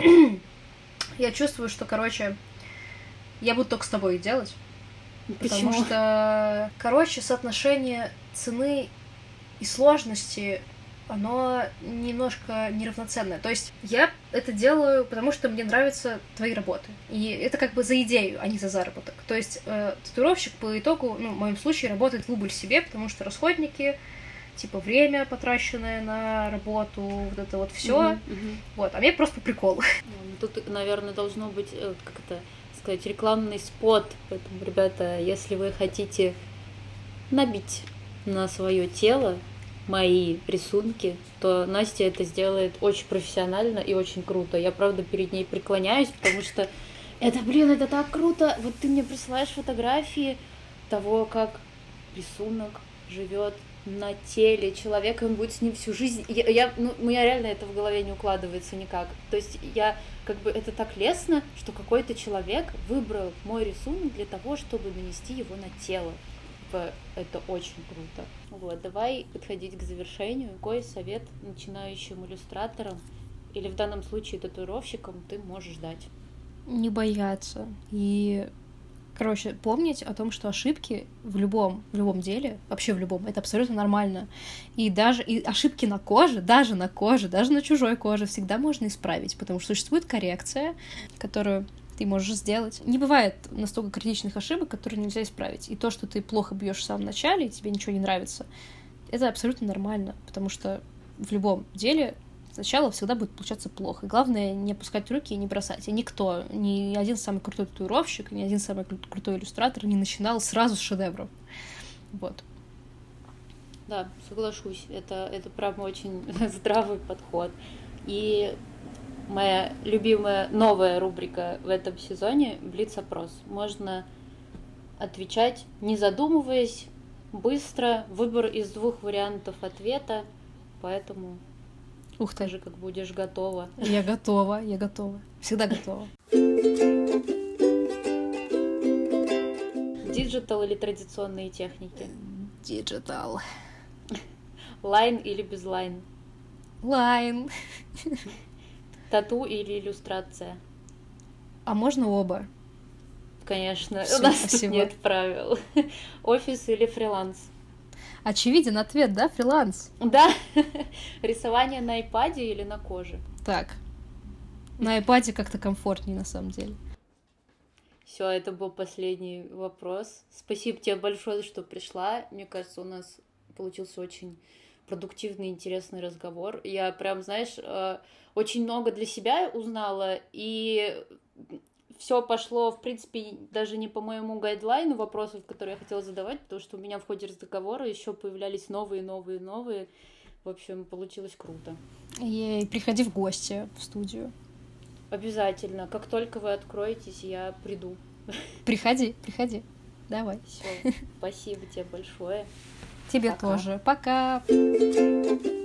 я чувствую, что, короче, я буду только с тобой делать. Почему? Потому что, короче, соотношение цены и сложности, оно немножко неравноценное. То есть я это делаю, потому что мне нравятся твои работы. И это как бы за идею, а не за заработок. То есть э, татуировщик по итогу, ну, в моем случае, работает в убыль себе, потому что расходники, типа время, потраченное на работу, вот это вот все. Uh-huh, uh-huh. Вот, а мне просто по приколу. Тут, наверное, должно быть, как это сказать, рекламный спот. Поэтому, ребята, если вы хотите набить на свое тело мои рисунки, то Настя это сделает очень профессионально и очень круто. Я, правда, перед ней преклоняюсь, потому что это, блин, это так круто. Вот ты мне присылаешь фотографии того, как рисунок живет на теле человека, он будет с ним всю жизнь. Я, я, ну, у меня реально это в голове не укладывается никак. То есть я, как бы, это так лестно, что какой-то человек выбрал мой рисунок для того, чтобы нанести его на тело. Это очень круто. Вот, давай подходить к завершению. Какой совет начинающим иллюстраторам или в данном случае татуировщикам ты можешь дать? Не бояться. И, короче, помнить о том, что ошибки в любом, в любом деле, вообще в любом, это абсолютно нормально. И даже и ошибки на коже, даже на коже, даже на чужой коже всегда можно исправить, потому что существует коррекция, которую ты можешь сделать. Не бывает настолько критичных ошибок, которые нельзя исправить. И то, что ты плохо бьешь в самом начале, и тебе ничего не нравится, это абсолютно нормально, потому что в любом деле сначала всегда будет получаться плохо. И главное не опускать руки и не бросать. И никто, ни один самый крутой татуировщик, ни один самый крутой иллюстратор не начинал сразу с шедевров. Вот. Да, соглашусь. Это, это прям очень здравый подход. И моя любимая новая рубрика в этом сезоне — Блиц-опрос. Можно отвечать, не задумываясь, быстро, выбор из двух вариантов ответа, поэтому Ух ты. Скажи, как будешь готова. Я готова, я готова. Всегда готова. Диджитал или традиционные техники? Диджитал. Лайн или без лайн? Лайн. Тату или иллюстрация? А можно оба? Конечно, Всё, у нас спасибо. тут нет правил. Офис или фриланс? Очевиден ответ, да? Фриланс. Да. Рисование на айпаде или на коже? Так. На айпаде как-то комфортнее, на самом деле. Все, это был последний вопрос. Спасибо тебе большое, что пришла. Мне кажется, у нас получился очень продуктивный, интересный разговор. Я прям, знаешь, очень много для себя узнала, и все пошло, в принципе, даже не по моему гайдлайну вопросов, которые я хотела задавать, потому что у меня в ходе разговора еще появлялись новые, новые, новые. В общем, получилось круто. Ей, приходи в гости в студию. Обязательно. Как только вы откроетесь, я приду. Приходи, приходи. Давай. Все. Спасибо тебе большое. Тебе Пока. тоже. Пока.